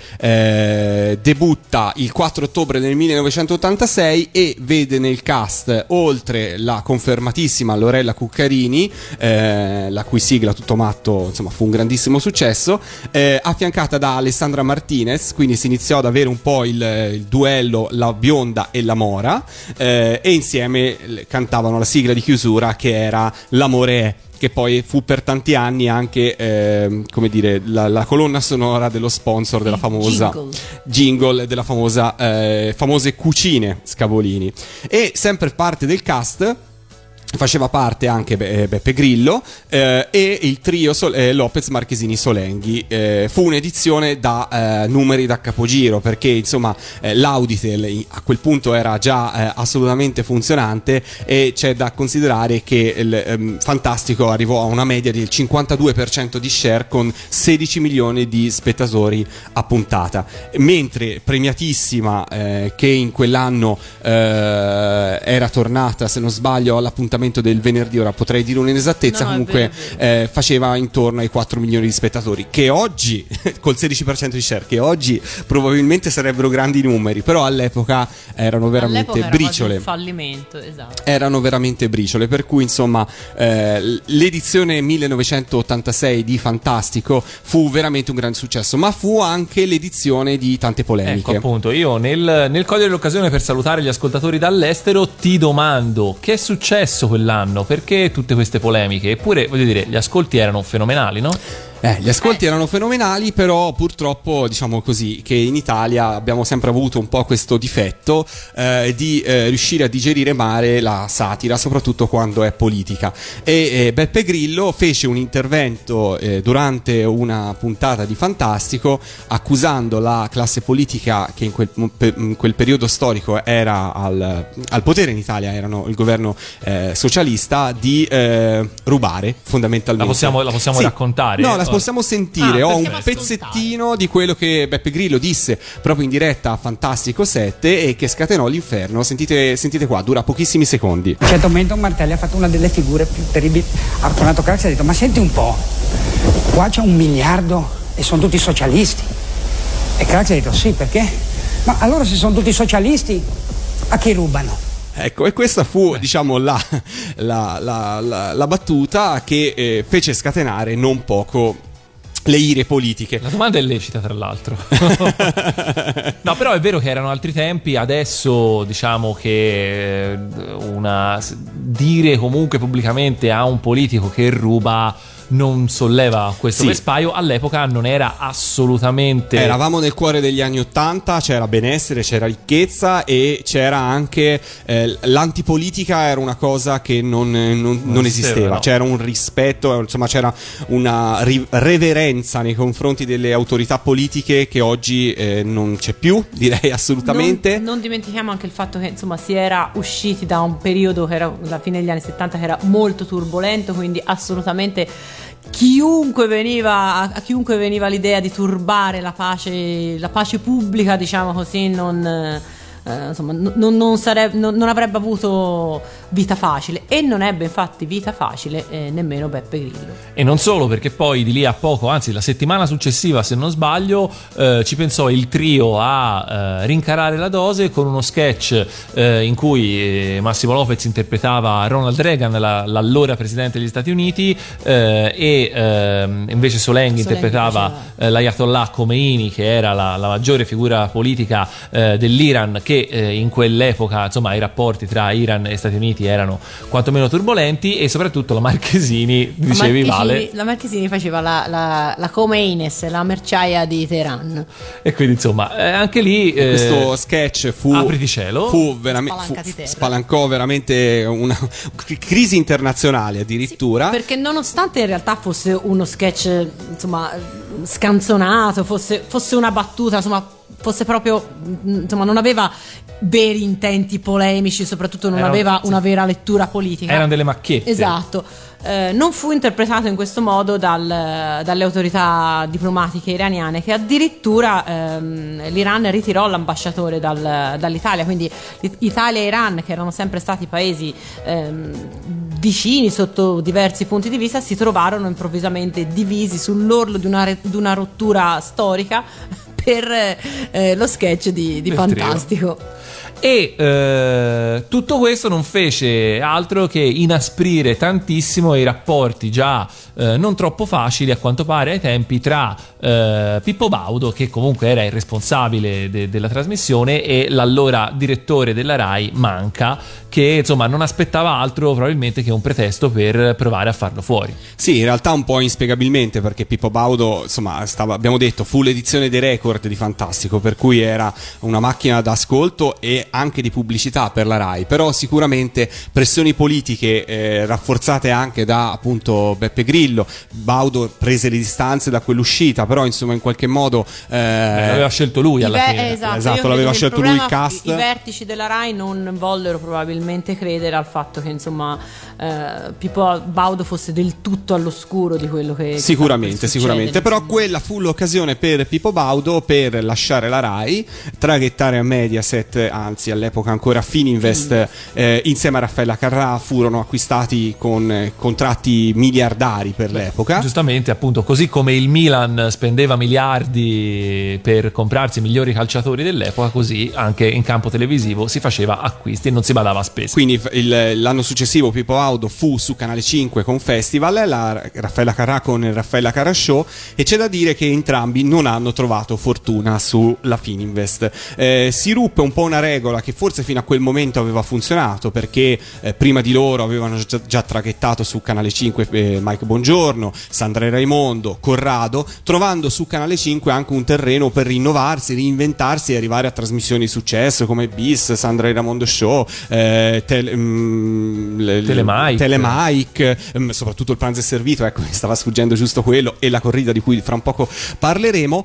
eh, debutta il quattro ottobre del millenovecentottantasei e vede nel cast, oltre la confermatissima Lorella Cuccarini, eh, la cui sigla Tutto Matto insomma fu un grandissimo successo, eh, affiancata da Alessandra Martinez, quindi si iniziò ad avere un po' il, il duello la bionda e la mora, eh, e insieme cantavano la sigla di chiusura, che era L'amore è, che poi fu per tanti anni anche eh, come dire la, la colonna sonora dello sponsor della famosa jingle, jingle della famosa eh, famose cucine Scavolini. E sempre parte del cast faceva parte anche Be- Beppe Grillo eh, e il trio Sol- eh, Lopez Marchesini Solenghi. Eh, fu un'edizione da eh, numeri da capogiro, perché insomma eh, l'Auditel a quel punto era già eh, assolutamente funzionante, e c'è da considerare che il ehm, Fantastico arrivò a una media del cinquantadue per cento di share, con sedici milioni di spettatori a puntata, mentre premiatissima eh, che in quell'anno eh, era tornata, se non sbaglio, all'appuntamento del venerdì, ora potrei dire un'inesattezza, no, no, comunque è vero, è vero. Eh, faceva intorno ai quattro milioni di spettatori, che oggi col sedici per cento di share, che oggi probabilmente sarebbero grandi numeri, però all'epoca erano veramente all'epoca briciole, era un fallimento, esatto. Erano veramente briciole, per cui insomma eh, l'edizione millenovecentottantasei di Fantastico fu veramente un grande successo, ma fu anche l'edizione di tante polemiche. Ecco, appunto, io nel, nel cogliere l'occasione per salutare gli ascoltatori dall'estero ti domando: che è successo quell'anno? Perché tutte queste polemiche? Eppure, voglio dire, gli ascolti erano fenomenali, no? Eh, gli ascolti eh. erano fenomenali, però purtroppo, diciamo così, che in Italia abbiamo sempre avuto un po' questo difetto eh, di eh, riuscire a digerire male la satira, soprattutto quando è politica. E eh, Beppe Grillo fece un intervento eh, durante una puntata di Fantastico, accusando la classe politica che in quel, in quel periodo storico era al, al potere in Italia, erano il governo eh, socialista, di eh, rubare fondamentalmente. La possiamo, la possiamo sì. raccontare? No, la possiamo sentire. Ah, ho un possiamo pezzettino di quello che Beppe Grillo disse proprio in diretta a Fantastico sette e che scatenò l'inferno. Sentite, sentite qua, dura pochissimi secondi. A un certo momento Martelli ha fatto una delle figure più terribili. Ha tornato Craxi e ha detto: ma senti un po', qua c'è un miliardo e sono tutti socialisti. E Craxi ha detto: sì, perché? Ma allora se sono tutti socialisti, a chi rubano? Ecco, e questa fu, diciamo, la, la, la, la, la battuta che eh, fece scatenare non poco le ire politiche. La domanda è lecita, tra l'altro. No, però è vero che erano altri tempi. Adesso diciamo che una dire comunque pubblicamente a un politico che ruba non solleva questo sì. vespaio. All'epoca non era assolutamente. Eravamo nel cuore degli anni Ottanta, c'era benessere, c'era ricchezza e c'era anche eh, l'antipolitica era una cosa che non, non, non, non esisteva, esisteva no. C'era un rispetto, insomma c'era una ri- reverenza nei confronti delle autorità politiche che oggi eh, non c'è più, direi assolutamente. Non, non dimentichiamo anche il fatto che insomma si era usciti da un periodo che era la fine degli anni settanta, che era molto turbolento, quindi assolutamente chiunque veniva a chiunque veniva l'idea di turbare la pace la pace pubblica, diciamo così, non eh, insomma non, non, sarebbe, non, non avrebbe avuto vita facile, e non ebbe infatti vita facile eh, nemmeno Beppe Grillo. E non solo, perché poi di lì a poco, anzi la settimana successiva se non sbaglio, eh, ci pensò il trio a eh, rincarare la dose con uno sketch eh, in cui eh, Massimo Lopez interpretava Ronald Reagan, la, l'allora presidente degli Stati Uniti, eh, e eh, invece Solenghi, Solenghi interpretava eh, l'Ayatollah Khomeini, che era la, la maggiore figura politica eh, dell'Iran, perché eh, in quell'epoca insomma i rapporti tra Iran e Stati Uniti erano quantomeno turbolenti, e soprattutto la Marchesini, dicevi la Vale, la Marchesini faceva la, la, la Khomeines, la merciaia di Teheran, e quindi insomma eh, anche lì eh, questo sketch fu, apriti cielo, fu veramente fu, Spalancati terra. spalancò veramente una crisi internazionale addirittura. perché nonostante in realtà fosse uno sketch insomma scanzonato, fosse, fosse una battuta, insomma fosse proprio, insomma non aveva veri intenti polemici, soprattutto non Erano- aveva sì. una vera lettura politica. erano delle macchiette. Esatto. Eh, non fu interpretato in questo modo dal- dalle autorità diplomatiche iraniane, che addirittura ehm, l'Iran ritirò l'ambasciatore dal- dall'Italia, quindi Italia e Iran, che erano sempre stati paesi ehm, vicini sotto diversi punti di vista, si trovarono improvvisamente divisi sull'orlo di una, re- di una rottura storica per eh, lo sketch di, di Del trio. Fantastico. E eh, tutto questo non fece altro che inasprire tantissimo i rapporti già eh, non troppo facili, a quanto pare ai tempi, tra eh, Pippo Baudo, che comunque era il responsabile de- della trasmissione, e l'allora direttore della Rai, Manca, che insomma non aspettava altro probabilmente che un pretesto per provare a farlo fuori. Sì, in realtà un po' inspiegabilmente, perché Pippo Baudo, insomma, stava, abbiamo detto, fu l'edizione dei record di Fantastico, per cui era una macchina d'ascolto e anche di pubblicità per la Rai, però sicuramente pressioni politiche eh, rafforzate anche da appunto Beppe Grillo. Baudo prese le distanze da quell'uscita, però insomma in qualche modo eh, L'aveva scelto lui alla I ve- fine. esatto, Esatto, io credo l'aveva che scelto il lui il problema- cast. I vertici della Rai non vollero probabilmente credere al fatto che insomma eh, Pippo Baudo fosse del tutto all'oscuro di quello che che Sicuramente, stava per sicuramente. succedere, Però quella fu l'occasione per Pippo Baudo per lasciare la Rai, traghettare a Mediaset, anzi all'epoca ancora Fininvest, eh, insieme a Raffaella Carrà furono acquistati con eh, contratti miliardari per l'epoca. Giustamente, appunto, così come il Milan spendeva miliardi per comprarsi i migliori calciatori dell'epoca, così anche in campo televisivo si faceva acquisti e non si badava a spese. Quindi f- il- l'anno successivo Pippo Baudo fu su Canale cinque con Festival, la Raffaella Carrà con il Raffaella Carrà Show, e c'è da dire che entrambi non hanno trovato fortuna sulla Fininvest. Eh, si ruppe un po' una regola che forse fino a quel momento aveva funzionato, perché eh, prima di loro avevano già, già traghettato su Canale cinque eh, Mike Bongiorno, Sandra e Raimondo, Corrado, trovando su Canale cinque anche un terreno per rinnovarsi, reinventarsi e arrivare a trasmissioni di successo come Bis, Sandra e Raimondo Show, eh, tele, mm, le- le- Telemike. Telemike, mm, soprattutto il pranzo è servito, ecco, mi stava sfuggendo giusto quello, e la corrida di cui fra un poco parleremo.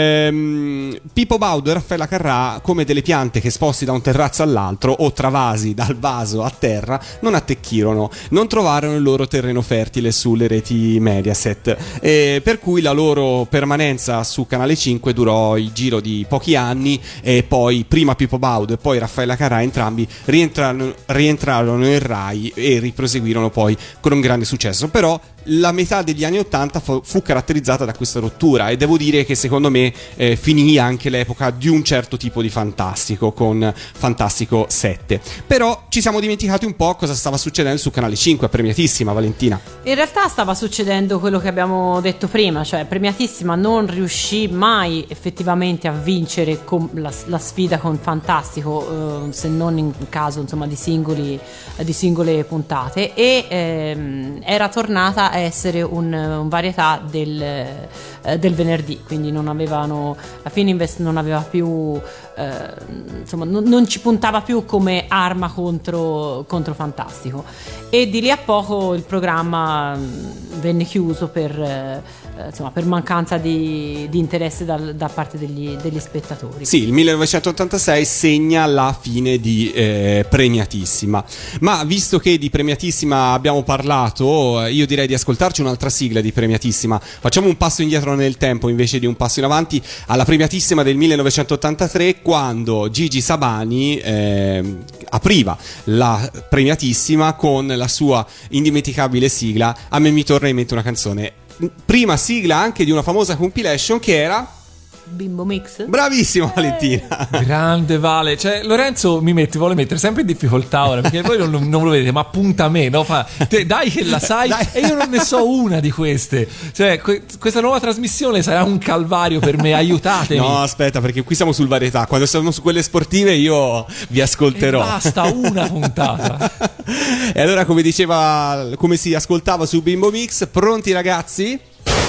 Ehm, Pippo Baudo e Raffaella Carrà, come delle piante che sposti da un terrazzo all'altro o travasi dal vaso a terra, non attecchirono, non trovarono il loro terreno fertile sulle reti Mediaset, e per cui la loro permanenza su Canale cinque durò il giro di pochi anni, e poi prima Pippo Baudo e poi Raffaella Carrà entrambi rientrarono, rientrarono in Rai e riproseguirono poi con un grande successo. Però la metà degli anni ottanta fu, fu caratterizzata da questa rottura, e devo dire che secondo me eh, finì anche l'epoca di un certo tipo di Fantastico con Fantastico sette. Però ci siamo dimenticati un po' cosa stava succedendo su Canale cinque a Premiatissima, Valentina. In realtà stava succedendo quello che abbiamo detto prima, cioè Premiatissima non riuscì mai effettivamente a vincere con la, la sfida con Fantastico, eh, se non in caso insomma di singoli di singole puntate, e ehm, era tornata a essere un, un varietà del, eh, del venerdì, quindi non avevano, la Fininvest non aveva più eh, insomma non, non ci puntava più come arma contro, contro Fantastico, e di lì a poco il programma mh, venne chiuso per, eh, insomma, per mancanza di, di interesse dal- da parte degli, degli spettatori. Sì, il millenovecentottantasei segna la fine di eh, Premiatissima. Ma visto che di Premiatissima abbiamo parlato, io direi di ascoltarci un'altra sigla di Premiatissima. Facciamo un passo indietro nel tempo invece di un passo in avanti, alla Premiatissima del millenovecentottantatré, quando Gigi Sabani eh, apriva la Premiatissima con la sua indimenticabile sigla A me mi torna in mente una canzone. Prima sigla anche di una famosa compilation che era Bimbo Mix. Bravissimo Valentina. Grande Vale, cioè Lorenzo mi mette, vuole mettere sempre in difficoltà ora perché voi non, non lo vedete, ma punta a me, no? Fa, te, dai che la sai e io non ne so una di queste. Cioè que- questa nuova trasmissione sarà un calvario per me, aiutatemi. No, aspetta, perché qui siamo sul varietà. Quando siamo su quelle sportive io vi ascolterò. E basta una puntata. E allora, come diceva, come si ascoltava su Bimbo Mix, pronti ragazzi?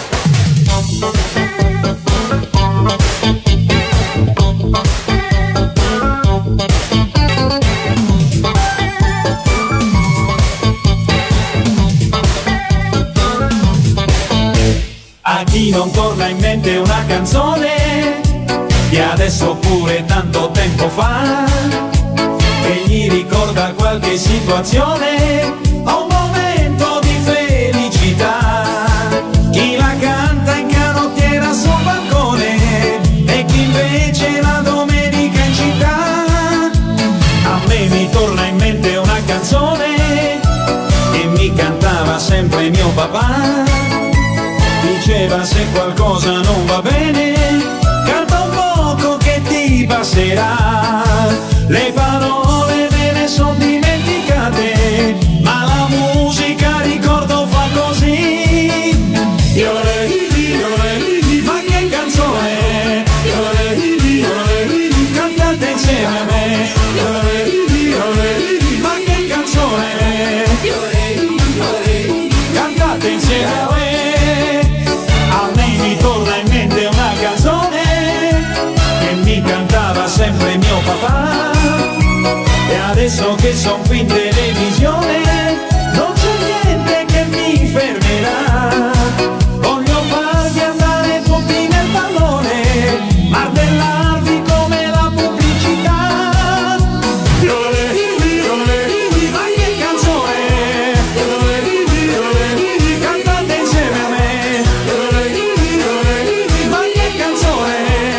A chi non torna in mente una canzone di adesso oppure tanto tempo fa, che gli ricorda qualche situazione o un momento di felicità. Chi la canta in canottiera sul balcone e chi invece la domenica in città. A me mi torna in mente una canzone che mi cantava sempre mio papà. Diceva se qualcosa non va bene, canta un poco che ti passerà. Le parole me ne son dimenticate, ma la musica ricordo fa così. Ma che canzone, cantate insieme a me. Ma che canzone, cantate insieme a me. Sempre mio papà, e adesso che son qui in televisione non c'è niente che mi fermerà. Voglio farvi andare tutti nel pallone, martellarvi come la pubblicità. Ma che canzone, cantate insieme a me. Ma che canzone,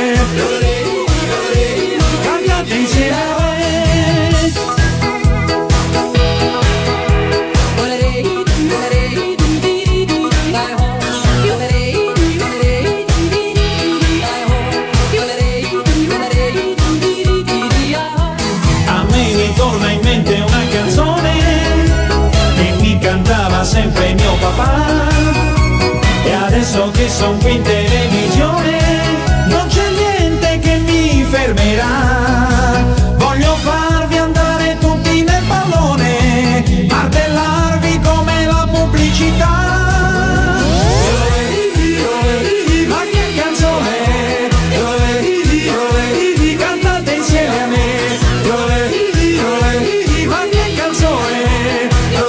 sempre mio papà, e adesso che son qui in televisione non c'è niente che mi fermerà. Voglio farvi andare tutti nel pallone, martellarvi come la pubblicità. Ma che canzone, cantate insieme a me. Ma che canzone,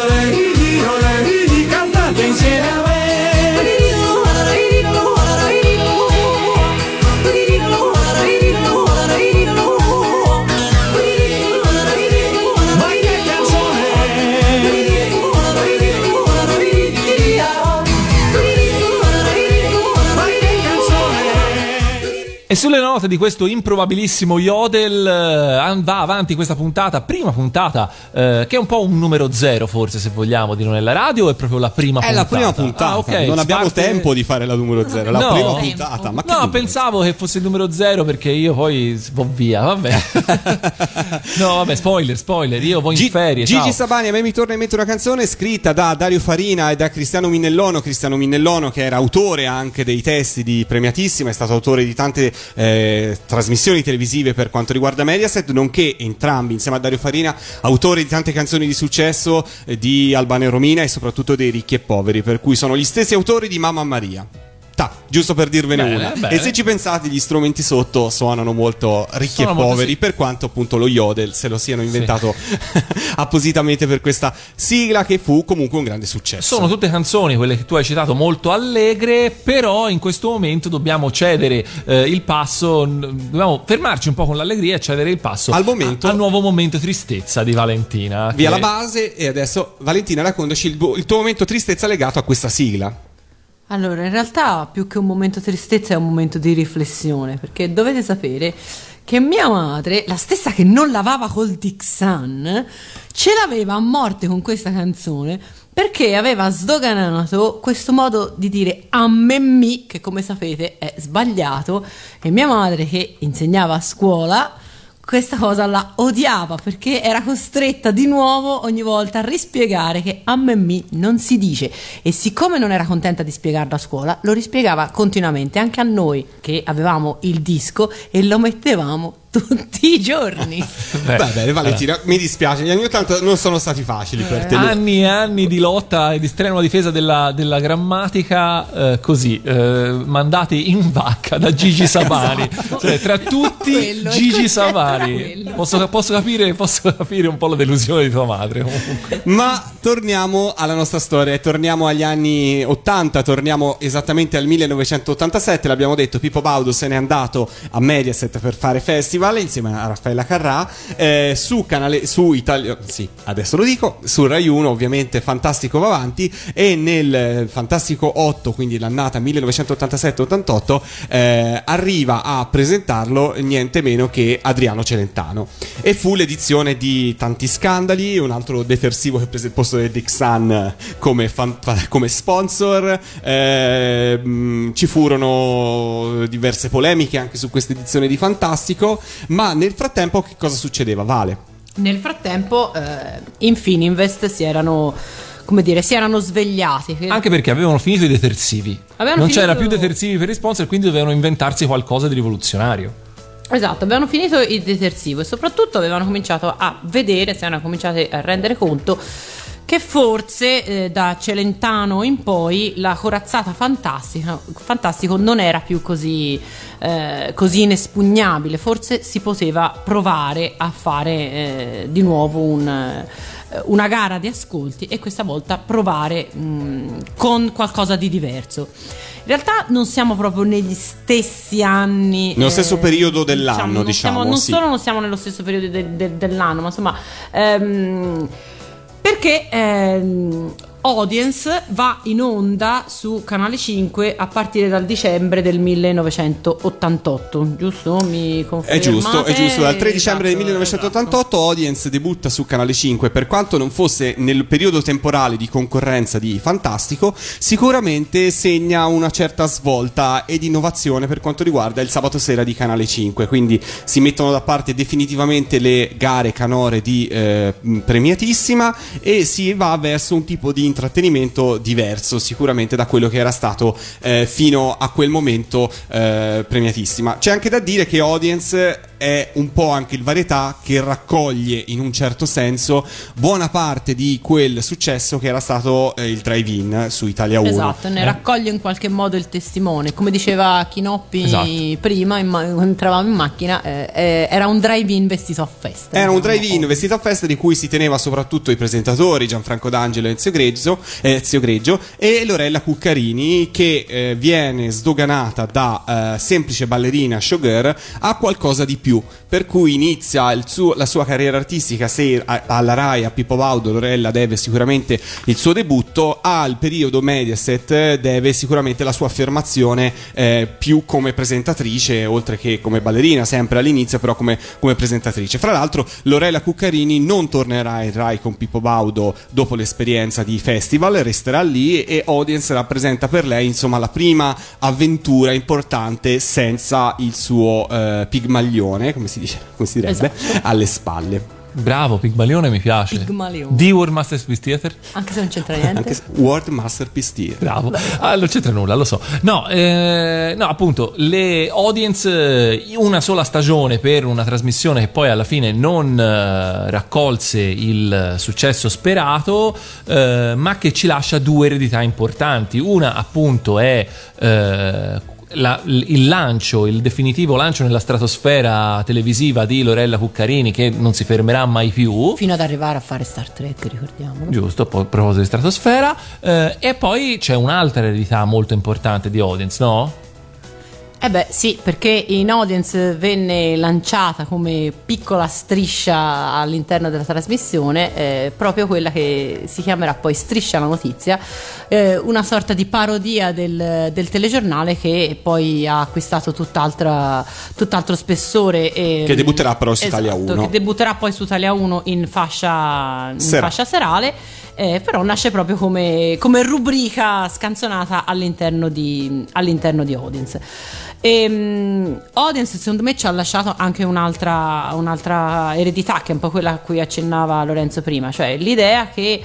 cantate insieme a me. Ma che canzone, ma che canzone. E sulle note di questo improbabilissimo yodel eh, va avanti questa puntata, prima puntata, eh, che è un po' un numero zero forse, se vogliamo, di Non è la radio, o è proprio la prima È puntata? la prima puntata, Ah, ok. non abbiamo Parte- tempo di fare la numero zero, è la No. prima puntata. Ma che No, numero? pensavo che fosse il numero zero perché io poi vo via, vabbè. No, vabbè, spoiler, spoiler, io vo in Gi- ferie, Gigi ciao. Sabani, a me mi torna in mente una canzone scritta da Dario Farina e da Cristiano Minellono. Cristiano Minellono, che era autore anche dei testi di Premiatissima, è stato autore di tante eh, trasmissioni televisive per quanto riguarda Mediaset, nonché entrambi insieme a Dario Farina autori di tante canzoni di successo eh, di Albano e Romina e soprattutto dei Ricchi e Poveri, per cui sono gli stessi autori di Mamma Maria. Ta, giusto per dirvene Bene, una. bene. E se ci pensate, gli strumenti sotto suonano molto ricchi Suonano e molto, poveri, sì. per quanto appunto lo yodel se lo siano inventato appositamente per questa sigla, che fu comunque un grande successo. Sono tutte canzoni, quelle che tu hai citato, molto allegre, però in questo momento dobbiamo cedere eh, il passo, n- dobbiamo fermarci un po' con l'allegria e cedere il passo Al momento- a- al nuovo momento tristezza di Valentina. Via che- la base. E adesso Valentina, raccontaci il, bu- il tuo momento tristezza legato a questa sigla. Allora, in realtà più che un momento tristezza è un momento di riflessione, perché dovete sapere che mia madre, la stessa che non lavava col Dixan, ce l'aveva a morte con questa canzone perché aveva sdoganato questo modo di dire ammemmi, che come sapete è sbagliato, e mia madre, che insegnava a scuola, questa cosa la odiava perché era costretta di nuovo ogni volta a rispiegare che ammemmi non si dice, e siccome non era contenta di spiegarlo a scuola lo rispiegava continuamente anche a noi che avevamo il disco e lo mettevamo tutti i giorni. Beh, Va bene, Valentina, allora, mi dispiace, gli anni ottanta non sono stati facili per te. Anni e anni di lotta e di strenua difesa della, della grammatica, eh, così, eh, mandati in vacca da Gigi Sabani. Esatto. Cioè, tra tutti quello, Gigi Sabani. Posso, posso, capire, posso capire un po' la delusione di tua madre comunque. Ma torniamo alla nostra storia, torniamo agli anni ottanta, torniamo esattamente al millenovecentottantasette. L'abbiamo detto, Pippo Baudo se n'è andato a Mediaset per fare festival insieme a Raffaella Carrà, eh, su canale su Italia, sì, adesso lo dico, su Rai uno ovviamente Fantastico va avanti, e nel Fantastico otto, quindi l'annata millenovecentottantasette ottantotto, eh, arriva a presentarlo niente meno che Adriano Celentano, e fu l'edizione di tanti scandali, un altro detersivo che prese il posto del Dixan come, fan, come sponsor, eh, mh, ci furono diverse polemiche anche su questa edizione di Fantastico. Ma nel frattempo che cosa succedeva, Vale? Nel frattempo eh, in Fininvest si erano, come dire, si erano svegliati. Anche perché avevano finito i detersivi. Avevano non finito... c'era più detersivi per i sponsor, quindi dovevano inventarsi qualcosa di rivoluzionario. Esatto, avevano finito il detersivo e soprattutto avevano cominciato a vedere, si erano cominciati a rendere conto che forse eh, da Celentano in poi la corazzata fantastica, fantastico non era più così, eh, così inespugnabile, forse si poteva provare a fare eh, di nuovo un, una gara di ascolti, e questa volta provare mh, con qualcosa di diverso. In realtà non siamo proprio negli stessi anni, nello stesso eh, periodo dell'anno, diciamo, non, diciamo, siamo, non sì. solo non siamo nello stesso periodo de, de, dell'anno, ma insomma ehm, perché ehm, Audience va in onda su Canale cinque a partire dal dicembre del millenovecentottantotto, giusto? Mi confermate? È giusto, è giusto. Dal tre dicembre esatto, del millenovecentottantotto esatto. Audience debutta su Canale cinque. Per quanto non fosse nel periodo temporale di concorrenza di Fantastico, sicuramente segna una certa svolta ed innovazione per quanto riguarda il sabato sera di Canale cinque. Quindi si mettono da parte definitivamente le gare canore di eh, Premiatissima e si va verso un tipo di intrattenimento diverso sicuramente da quello che era stato eh, fino a quel momento eh, Premiatissima. C'è anche da dire che Audience è un po' anche il varietà che raccoglie in un certo senso buona parte di quel successo che era stato eh, il drive-in su Italia uno. Esatto, ne eh? raccoglie in qualche modo il testimone, come diceva Chinoppi esatto. prima in ma- quando entravamo in macchina, eh, eh, era un drive-in vestito a festa. Era un drive-in vestito a festa di cui si teneva soprattutto i presentatori Gianfranco D'Angelo e Ezio Greggio, eh, Ezio Greggio e Lorella Cuccarini, che eh, viene sdoganata da eh, semplice ballerina showgirl a qualcosa di più, per cui inizia il suo, la sua carriera artistica. Se a, alla Rai a Pippo Baudo Lorella deve sicuramente il suo debutto, al periodo Mediaset deve sicuramente la sua affermazione eh, più come presentatrice oltre che come ballerina, sempre all'inizio però come, come presentatrice. Fra l'altro Lorella Cuccarini non tornerà in Rai con Pippo Baudo dopo l'esperienza di festival, resterà lì, e Audience rappresenta per lei insomma la prima avventura importante senza il suo eh, pigmaglione, come si dice, come si direbbe, esatto. alle spalle. Bravo, Pigmalione mi piace. Pigmalione. Di World Masterpiece Theater. Anche se non c'entra niente. Anche se, World Masterpiece Theater. Bravo. Ah, non c'entra nulla, lo so. No, eh, no, appunto, le Audience, una sola stagione per una trasmissione che poi alla fine non eh, raccolse il successo sperato, eh, ma che ci lascia due eredità importanti. Una appunto è eh, La, il lancio, il definitivo lancio nella stratosfera televisiva di Lorella Cuccarini, che non si fermerà mai più fino ad arrivare a fare Star Trek, ricordiamolo. Giusto, poi a proposito di stratosfera, eh, e poi c'è un'altra eredità molto importante di Audience, no? Eh beh sì, perché in Audience venne lanciata come piccola striscia all'interno della trasmissione eh, proprio quella che si chiamerà poi Striscia la Notizia, eh, una sorta di parodia del, del telegiornale che poi ha acquistato tutt'altra, tutt'altro spessore. E, che debutterà però su esatto, Italia uno. Che debutterà poi su Italia uno in fascia, in Sera. fascia serale. Eh, però nasce proprio come, come rubrica scanzonata all'interno di, all'interno di Audience. E, um, Audience secondo me ci ha lasciato anche un'altra, un'altra eredità, che è un po' quella a cui accennava Lorenzo prima, cioè l'idea che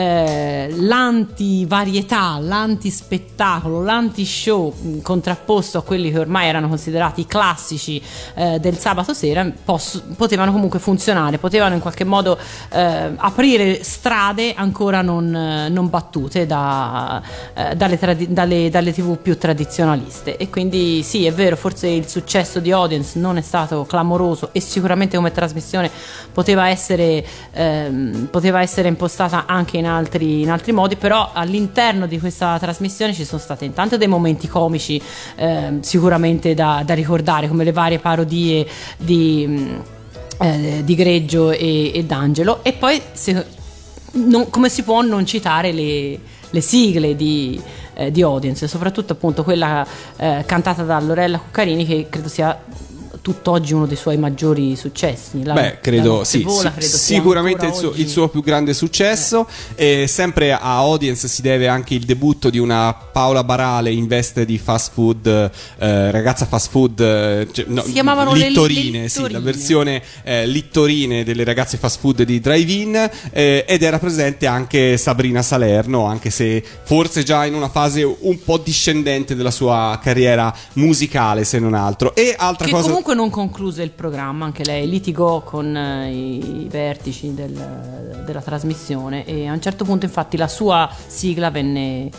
eh, l'antivarietà, l'antispettacolo, l'antishow mh, contrapposto a quelli che ormai erano considerati i classici eh, del sabato sera poss- potevano comunque funzionare, potevano in qualche modo eh, aprire strade ancora non, eh, non battute da, eh, dalle, tradi- dalle, dalle tivù più tradizionaliste. E quindi sì, è vero, forse il successo di Audience non è stato clamoroso e sicuramente come trasmissione poteva essere, ehm, poteva essere impostata anche in altri, in altri modi, però all'interno di questa trasmissione ci sono stati intanto dei momenti comici ehm, sicuramente da, da ricordare, come le varie parodie di, mh, eh, di Greggio e, e D'Angelo, e poi se, non, come si può non citare le, le sigle di Eh, di Audience, soprattutto appunto quella eh, cantata da Lorella Cuccarini, che credo sia tutt'oggi uno dei suoi maggiori successi. La, Beh, credo la notte sì, vola, sì, credo sia sicuramente il ancora suo, oggi- il suo più grande successo. E sempre a Audience si deve anche il debutto di una Paola Barale in veste di fast food, eh, ragazza fast food, eh, cioè, no, Si chiamavano le- littorine, le sì, la littorine. versione eh, littorine delle ragazze fast food di Drive-In, eh, ed era presente anche Sabrina Salerno, anche se forse già in una fase un po' discendente della sua carriera musicale, se non altro. E altra che cosa comunque non concluse il programma, anche lei litigò con eh, i vertici del- della trasmissione, e a un certo punto infatti la sua sigla venne,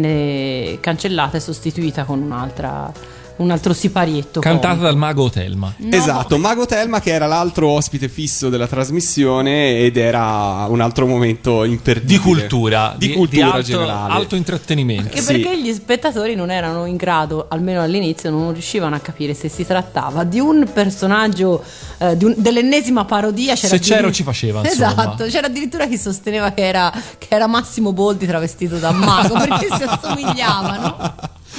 venne cancellata e sostituita con un'altra, un altro siparietto Cantata comico. dal mago Telma. No. Esatto, Mago Telma, che era l'altro ospite fisso della trasmissione ed era un altro momento imperdibile Di cultura, di, di, cultura di alto, generale. alto intrattenimento. Anche Sì. perché gli spettatori non erano in grado, almeno all'inizio, non riuscivano a capire se si trattava di un personaggio, eh, di un- dell'ennesima parodia. C'era Se c'ero addirittura- ci faceva, insomma. Esatto, c'era addirittura chi sosteneva che era, che era Massimo Boldi travestito da mago, perché si assomigliavano.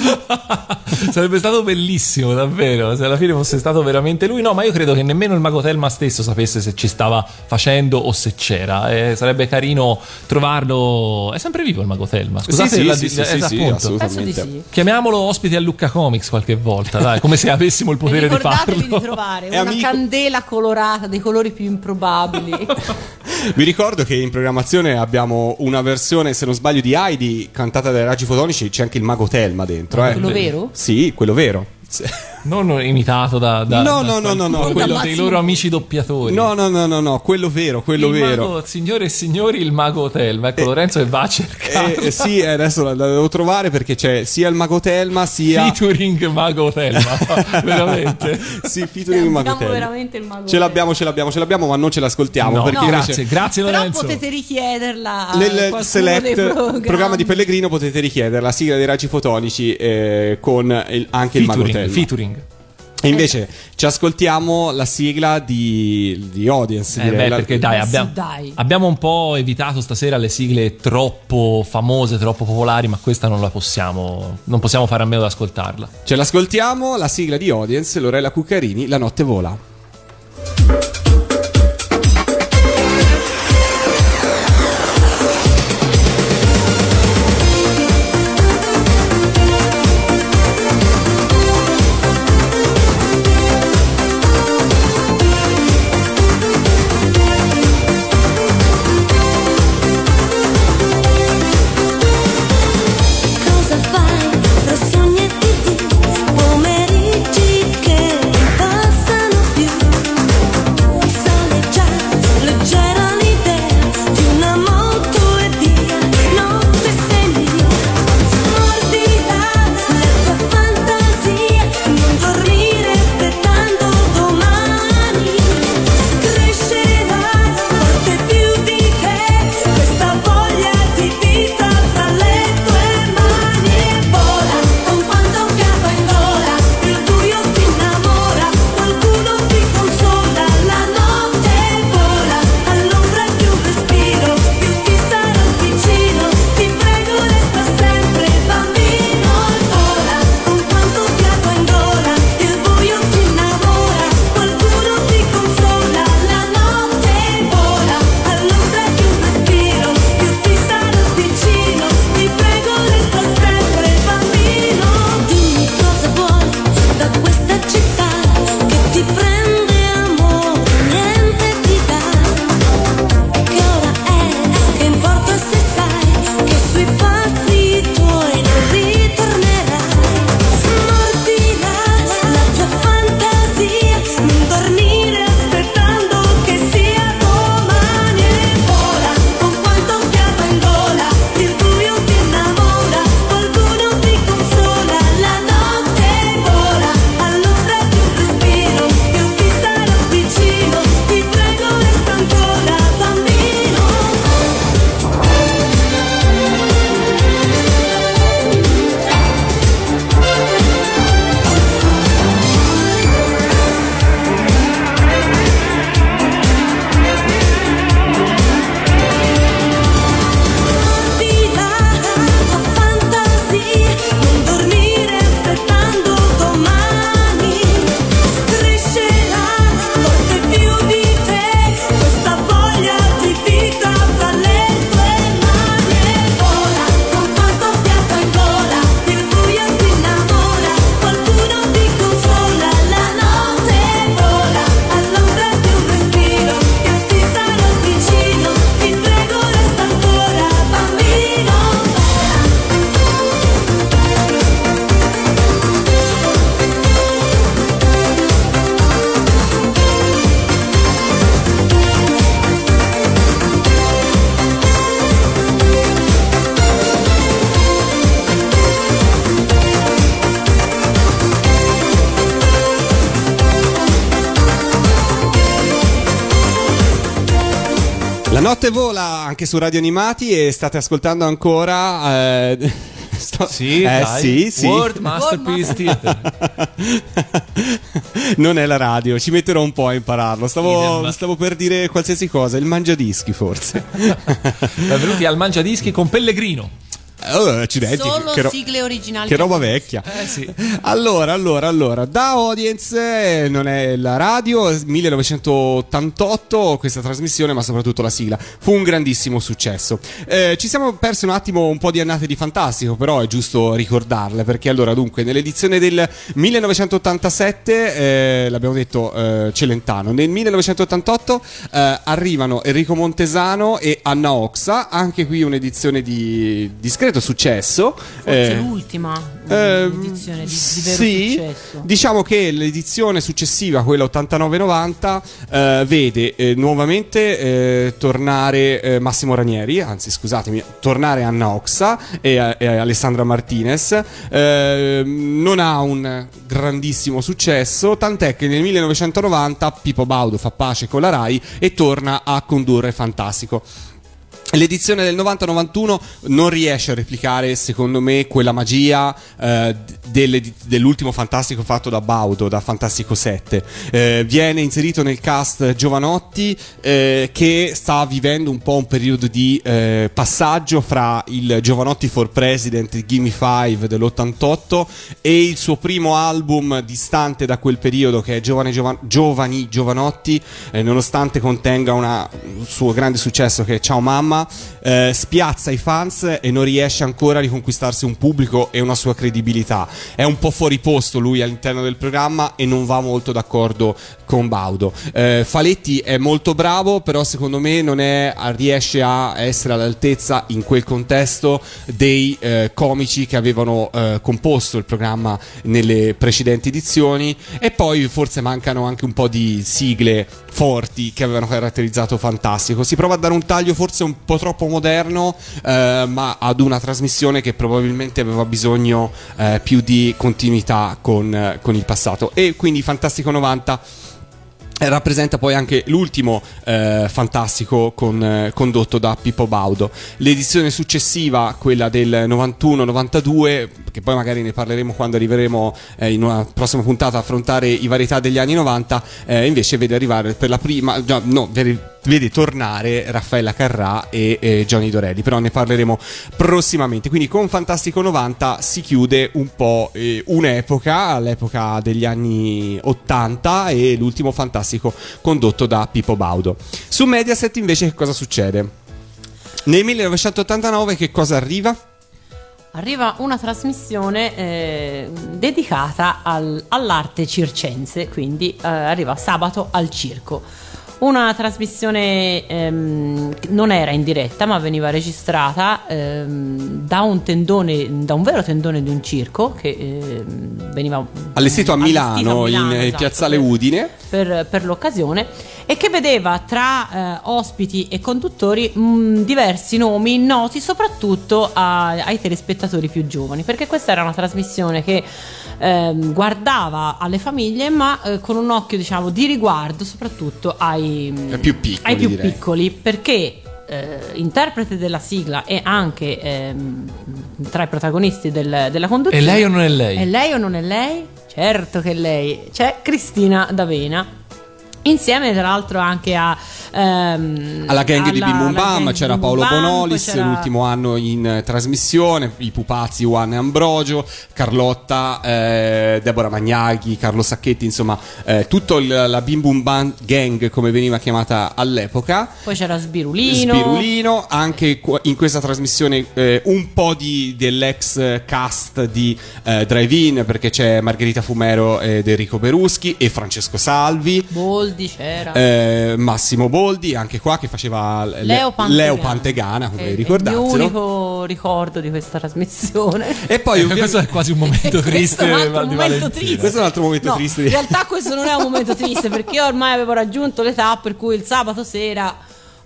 Sarebbe stato bellissimo, davvero, se alla fine fosse stato veramente lui. No, ma io credo che nemmeno il mago Telma stesso sapesse se ci stava facendo o se c'era. Eh, sarebbe carino trovarlo. È sempre vivo il mago Telma? Scusate, Sì, sì, la- sì, sì, eh, sì, sì, appunto. assolutamente. Penso di sì. Chiamiamolo ospite a Lucca Comics qualche volta, dai, come se avessimo il E potere di ricordatevi farlo. di trovare È una amico- candela colorata dei colori più improbabili. Vi ricordo che in programmazione abbiamo una versione, se non sbaglio, di Heidi cantata dai Raggi Fotonici. C'è anche il mago Telma dentro, eh. Quello vero? Sì, quello vero. Sì. Non imitato da, da, No, da no, no, no, no, qualcuno quello- dei loro amici doppiatori. No, no, no, no, no, quello vero, quello il vero. mago, signore e signori, il mago Telma. Ecco, Lorenzo che va a cercare. Eh, eh, sì, adesso la, la devo trovare, perché c'è sia il mago Telma sia Featuring mago Telma. Veramente. sì, featuring il mago Abbiamo Telma. veramente il mago Ce l'abbiamo, ce l'abbiamo, ce l'abbiamo, ma non ce l'ascoltiamo, No, perché no, invece grazie, grazie Però Lorenzo. potete richiederla a nel qualcuno select dei programmi. programma di Pellegrino potete richiedere la sigla dei Raggi Fotonici eh, con il- anche il mago Featuring, Telma. featuring. E invece ci ascoltiamo la sigla di, di Audience, Eh direi. beh, La- perché dai, Eh sì, abbiamo, dai. abbiamo un po' evitato stasera le sigle troppo famose, troppo popolari, ma questa non la possiamo, non possiamo fare a meno di ascoltarla. Ce l'ascoltiamo, la sigla di Audience, Lorella Cuccarini, La notte vola. Cosa fai tra sogni e tivù? Pomeriggi che non passano più. La notte vola anche su Radio Animati e state ascoltando ancora... Eh, sto... Sì, eh, dai. sì, sì. World Masterpiece Theater. Non è la radio, ci metterò un po' a impararlo. Stavo, Idem. stavo per dire qualsiasi cosa, il mangiadischi forse. Benvenuti al Mangiadischi con Pellegrino. Oh, accidenti, Solo che, ro- sigle originali. che roba vecchia. Eh sì. Allora, allora, allora, da Audience, eh, non è la radio, millenovecentottantotto questa trasmissione, ma soprattutto la sigla. Fu un grandissimo successo. Eh, ci siamo persi un attimo un po' di annate di fantastico, però è giusto ricordarle, perché allora, dunque, nell'edizione del millenovecentottantasette, eh, l'abbiamo detto eh, Celentano, nel millenovecentottantotto eh, arrivano Enrico Montesano e Anna Oxa, anche qui un'edizione di discreto successo. Forse eh, l'ultima eh, edizione di, di vero sì, successo. diciamo che l'edizione successiva, quella ottantanove novanta, eh, vede eh, nuovamente eh, tornare eh, Massimo Ranieri, anzi scusatemi, tornare Anna Oxa e, eh, e Alessandra Martinez. Eh, non ha un grandissimo successo, tant'è che nel millenovecentonovanta Pippo Baudo fa pace con la Rai e torna a condurre Fantastico. L'edizione del novanta novantuno non riesce a replicare, secondo me, quella magia eh, delle, dell'ultimo Fantastico fatto da Baudo, da Fantastico sette. Eh, viene inserito nel cast Giovanotti, eh, che sta vivendo un po' un periodo di eh, passaggio fra il Giovanotti for President Gimme Five dell'ottantotto e il suo primo album distante da quel periodo, che è Giovane Giovan- Giovani Giovanotti, eh, nonostante contenga una, un suo grande successo che è Ciao Mamma. Eh, spiazza i fans e non riesce ancora a riconquistarsi un pubblico e una sua credibilità. È un po' fuori posto lui all'interno del programma e non va molto d'accordo con Baudo. eh, Faletti è molto bravo, però secondo me non è, riesce a essere all'altezza in quel contesto dei eh, comici che avevano eh, composto il programma nelle precedenti edizioni, e poi forse mancano anche un po' di sigle forti che avevano caratterizzato Fantastico. Si prova a dare un taglio forse un po' troppo moderno, eh, ma ad una trasmissione che probabilmente aveva bisogno eh, più di continuità con, eh, con il passato. E quindi Fantastico novanta rappresenta poi anche l'ultimo eh, Fantastico con, eh, condotto da Pippo Baudo. L'edizione successiva, quella del novantuno novantadue, che poi magari ne parleremo quando arriveremo eh, in una prossima puntata a affrontare i varietà degli anni novanta, eh, invece vede arrivare per la prima, no, no vede, vede tornare Raffaella Carrà e eh, Johnny Dorelli, però ne parleremo prossimamente. Quindi con Fantastico novanta si chiude un po' eh, un'epoca, l'epoca degli anni ottanta, e l'ultimo Fantastico condotto da Pippo Baudo. Su Mediaset invece che cosa succede? Nel millenovecentottantanove che cosa arriva? Arriva una trasmissione eh, dedicata al- all'arte circense, quindi eh, arriva Sabato al Circo. Una trasmissione ehm, che non era in diretta, ma veniva registrata ehm, da un tendone, da un vero tendone di un circo che ehm, veniva allestito a Milano, allestito a Milano, in esatto, piazzale per- Udine. per, per l'occasione, e che vedeva tra eh, ospiti e conduttori mh, diversi nomi noti soprattutto a- ai telespettatori più giovani, perché questa era una trasmissione che ehm, guardava alle famiglie, ma eh, con un occhio, diciamo, di riguardo soprattutto ai, Ai più piccoli, ai più direi. piccoli, perché eh, interprete della sigla e anche ehm, tra i protagonisti del- della conduzione. È lei o non è lei? È lei o non è lei? Certo che è lei. C'è Cristina D'Avena, insieme tra l'altro anche a ehm, alla gang di alla- Bim Bum alla Bam gang c'era di Bim Paolo Bum Bam, Bonolis, poi c'era- l'ultimo anno in eh, trasmissione, i pupazzi Juan e Ambrogio, Carlotta, eh, Deborah Magnaghi, Carlo Sacchetti, insomma eh, tutto il- la Bim Bum Bam gang, come veniva chiamata all'epoca. Poi c'era Sbirulino. Spirulino, anche qu- in questa trasmissione eh, un po' di, dell'ex cast di eh, Drive-In, perché c'è Margherita Fumero ed Enrico Beruschi e Francesco Salvi. Boldi c'era. Eh, Massimo Boldi, anche qua, che faceva le- Leo Pantegana. Leo Pantegana, come È- È il ricordarselo. mio unico ricordo di questa trasmissione. E poi ovviamente- questo è quasi un momento triste Questo è un altro di momento Valentina. triste. Questo è un altro momento No, triste. in realtà questo non è un momento triste, perché io ormai avevo raggiunto l'età per cui il sabato sera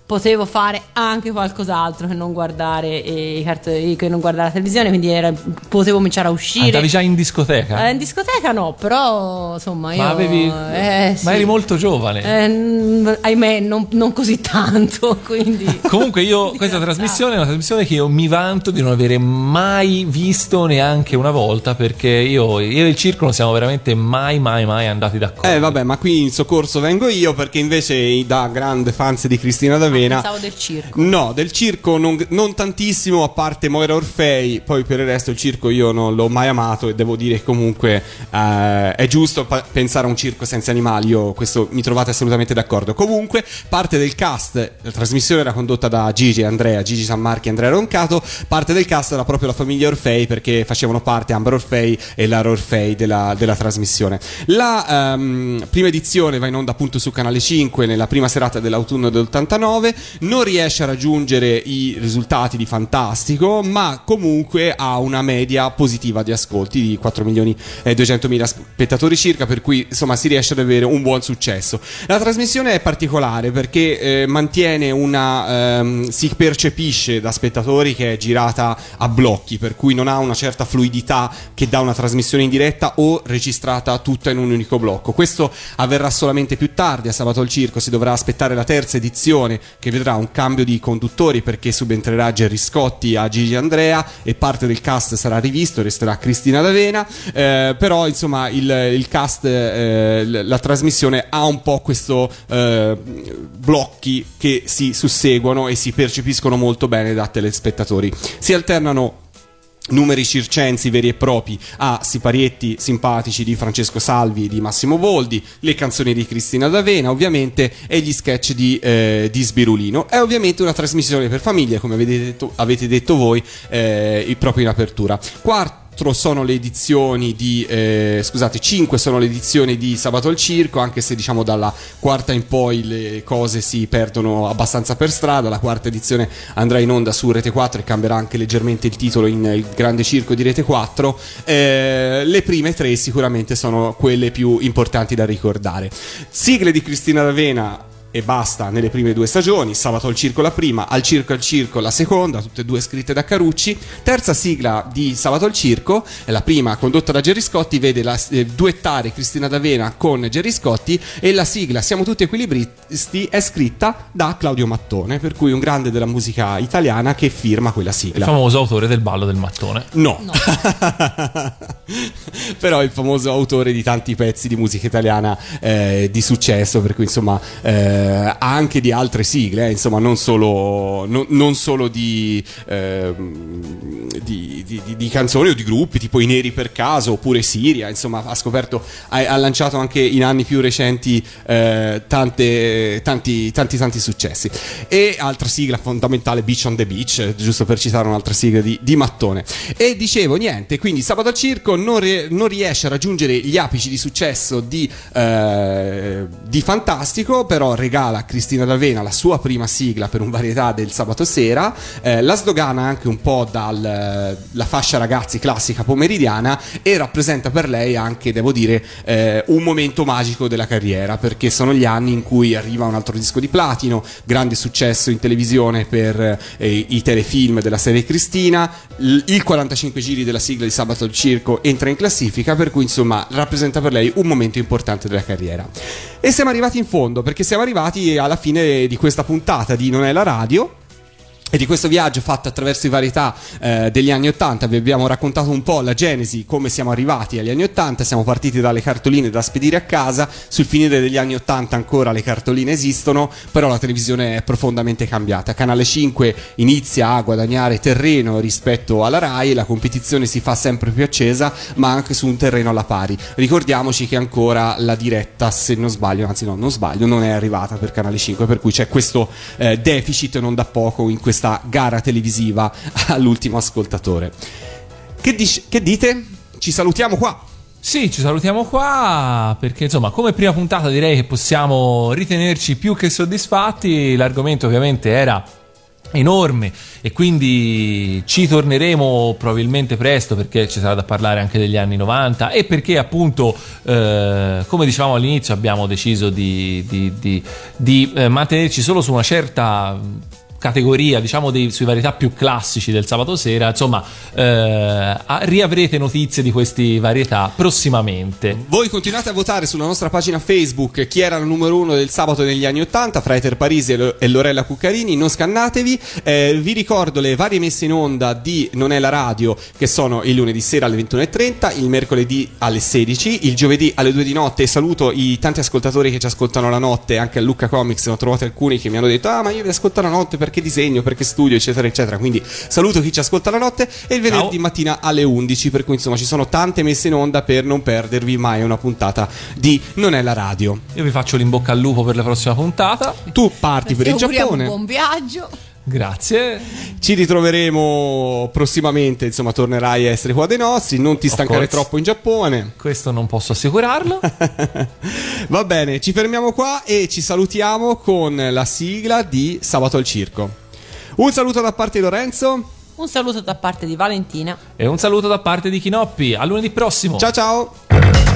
potevo fare anche qualcos'altro che non guardare eh, i cartoni, che non guardare la televisione, quindi era, potevo cominciare a uscire. Andavi già in discoteca? Eh, in discoteca no, però insomma io Ma avevi eh, sì. Ma eri molto giovane. Eh, ahimè, non, non così tanto, quindi Comunque io questa trasmissione è una trasmissione che io mi vanto di non avere mai visto neanche una volta, perché io, io e il circo non siamo veramente mai mai mai andati d'accordo. Eh vabbè, ma qui in soccorso vengo io, perché invece da grande fans di Cristina D'Avena, pensavo del circo. No, del circo non, non tantissimo, a parte Moira Orfei. Poi per il resto il circo io non l'ho mai amato, e devo dire che comunque eh, è giusto pa- pensare a un circo senza animali. Io questo mi trovate assolutamente d'accordo. Comunque parte del cast, la trasmissione era condotta da Gigi e Andrea, Gigi Sammarchi e Andrea Roncato. Parte del cast era proprio la famiglia Orfei, perché facevano parte Amber Orfei e Lara Orfei della, della trasmissione. La um, prima edizione va in onda appunto su Canale cinque nella prima serata dell'autunno dell'ottantanove. Non riesce a raggiungere i risultati di Fantastico, ma comunque ha una media positiva di ascolti di quattro milioni e duecentomila spettatori circa, per cui insomma si riesce ad avere un buon successo. La trasmissione è particolare perché eh, mantiene una ehm, si percepisce da spettatori che è girata a blocchi, per cui non ha una certa fluidità che dà una trasmissione in diretta o registrata tutta in un unico blocco. Questo avverrà solamente più tardi. A Sabato al Circo si dovrà aspettare la terza edizione, che vedrà un cambio di conduttori, perché subentrerà Gerry Scotti a Gigi Andrea e parte del cast sarà rivisto, resterà Cristina D'Avena, eh, però insomma il, il cast, eh, la trasmissione ha un po' questo eh, blocchi che si susseguono e si percepiscono molto bene da telespettatori. Si alternano numeri circensi veri e propri a siparietti simpatici di Francesco Salvi e di Massimo Boldi, le canzoni di Cristina D'Avena ovviamente e gli sketch di, eh, di Sbirulino. È ovviamente una trasmissione per famiglie, come avete detto, avete detto voi eh, proprio in apertura. Quarto sono le edizioni di eh, scusate cinque sono le edizioni di Sabato al Circo, anche se diciamo dalla quarta in poi le cose si perdono abbastanza per strada. La quarta edizione andrà in onda su Rete quattro e cambierà anche leggermente il titolo in Il Grande Circo di Rete quattro. Eh, le prime tre sicuramente sono quelle più importanti da ricordare. Sigle di Cristina D'Avena e basta nelle prime due stagioni. Sabato al Circo la prima, Al Circo al Circo la seconda, tutte e due scritte da Carucci. Terza sigla di Sabato al Circo, la prima condotta da Gerry Scotti, vede la, eh, duettare Cristina D'Avena con Gerry Scotti, e la sigla Siamo tutti equilibristi è scritta da Claudio Mattone, per cui un grande della musica italiana che firma quella sigla. Il famoso autore del ballo del mattone. No, no. Però il famoso autore di tanti pezzi di musica italiana eh, di successo, per cui insomma eh, anche di altre sigle, eh, insomma non solo, non, non solo di, eh, di, di, di, di canzoni o di gruppi tipo I Neri per caso oppure Siria, insomma ha scoperto, ha, ha lanciato anche in anni più recenti eh, tante, tanti, tanti tanti successi. E altra sigla fondamentale, Beach on the Beach, giusto per citare un'altra sigla di, di Mattone. E dicevo niente, quindi Sabato al Circo non, re, non riesce a raggiungere gli apici di successo di, eh, di Fantastico, però regala a Cristina D'Avena la sua prima sigla per un varietà del sabato sera, eh, la sdogana anche un po' dalla fascia ragazzi classica pomeridiana, e rappresenta per lei anche, devo dire, eh, un momento magico della carriera, perché sono gli anni in cui arriva un altro disco di platino, grande successo in televisione per eh, i telefilm della serie Cristina, l- il quarantacinque giri della sigla di Sabato al Circo entra in classifica, per cui insomma rappresenta per lei un momento importante della carriera. E siamo arrivati in fondo, perché siamo arrivati alla fine di questa puntata di Non è la radio, e di questo viaggio fatto attraverso i varietà eh, degli anni ottanta. Vi abbiamo raccontato un po' la genesi, come siamo arrivati agli anni ottanta. Siamo partiti dalle cartoline da spedire a casa. Sul finire degli anni ottanta ancora le cartoline esistono, però la televisione è profondamente cambiata. Canale cinque inizia a guadagnare terreno rispetto alla Rai, la competizione si fa sempre più accesa, ma anche su un terreno alla pari. Ricordiamoci che ancora la diretta, se non sbaglio, anzi no, non sbaglio, non è arrivata per Canale cinque, per cui c'è questo eh, deficit non da poco in questa gara televisiva all'ultimo ascoltatore. Che, dic- che dite? Ci salutiamo qua? Sì, ci salutiamo qua, perché insomma come prima puntata direi che possiamo ritenerci più che soddisfatti. L'argomento ovviamente era enorme, e quindi ci torneremo probabilmente presto, perché ci sarà da parlare anche degli anni novanta, e perché appunto eh, come dicevamo all'inizio abbiamo deciso di, di, di, di eh, mantenerci solo su una certa categoria, diciamo dei, sui varietà più classici del sabato sera. Insomma, eh, riavrete notizie di queste varietà prossimamente. Voi continuate a votare sulla nostra pagina Facebook chi era il numero uno del sabato negli anni ottanta fra Eter Parisi e, Lo- e Lorella Cuccarini. Non scannatevi. Eh, vi ricordo le varie messe in onda di Non è la radio, che sono il lunedì sera alle ventuno e trenta, il mercoledì alle sedici, il giovedì alle due di notte. E saluto i tanti ascoltatori che ci ascoltano la notte, anche a Lucca Comics ne ho trovati alcuni che mi hanno detto: ah, ma io vi ascolto la notte perché disegno, perché studio, eccetera eccetera. Quindi saluto chi ci ascolta la notte. E il venerdì Ciao. mattina alle undici, per cui insomma ci sono tante messe in onda per non perdervi mai una puntata di Non è la radio. Io vi faccio l'in bocca al lupo per la prossima puntata. Tu parti per Ti il auguriamo Giappone. un buon viaggio. Grazie. Ci ritroveremo prossimamente, insomma tornerai a essere qua dei nostri. Non ti Of stancare course. troppo in Giappone. Questo non posso assicurarlo. Va bene, ci fermiamo qua e ci salutiamo con la sigla di Sabato al Circo. Un saluto da parte di Lorenzo. Un saluto da parte di Valentina. E un saluto da parte di Chinoppi. A lunedì prossimo. Ciao ciao.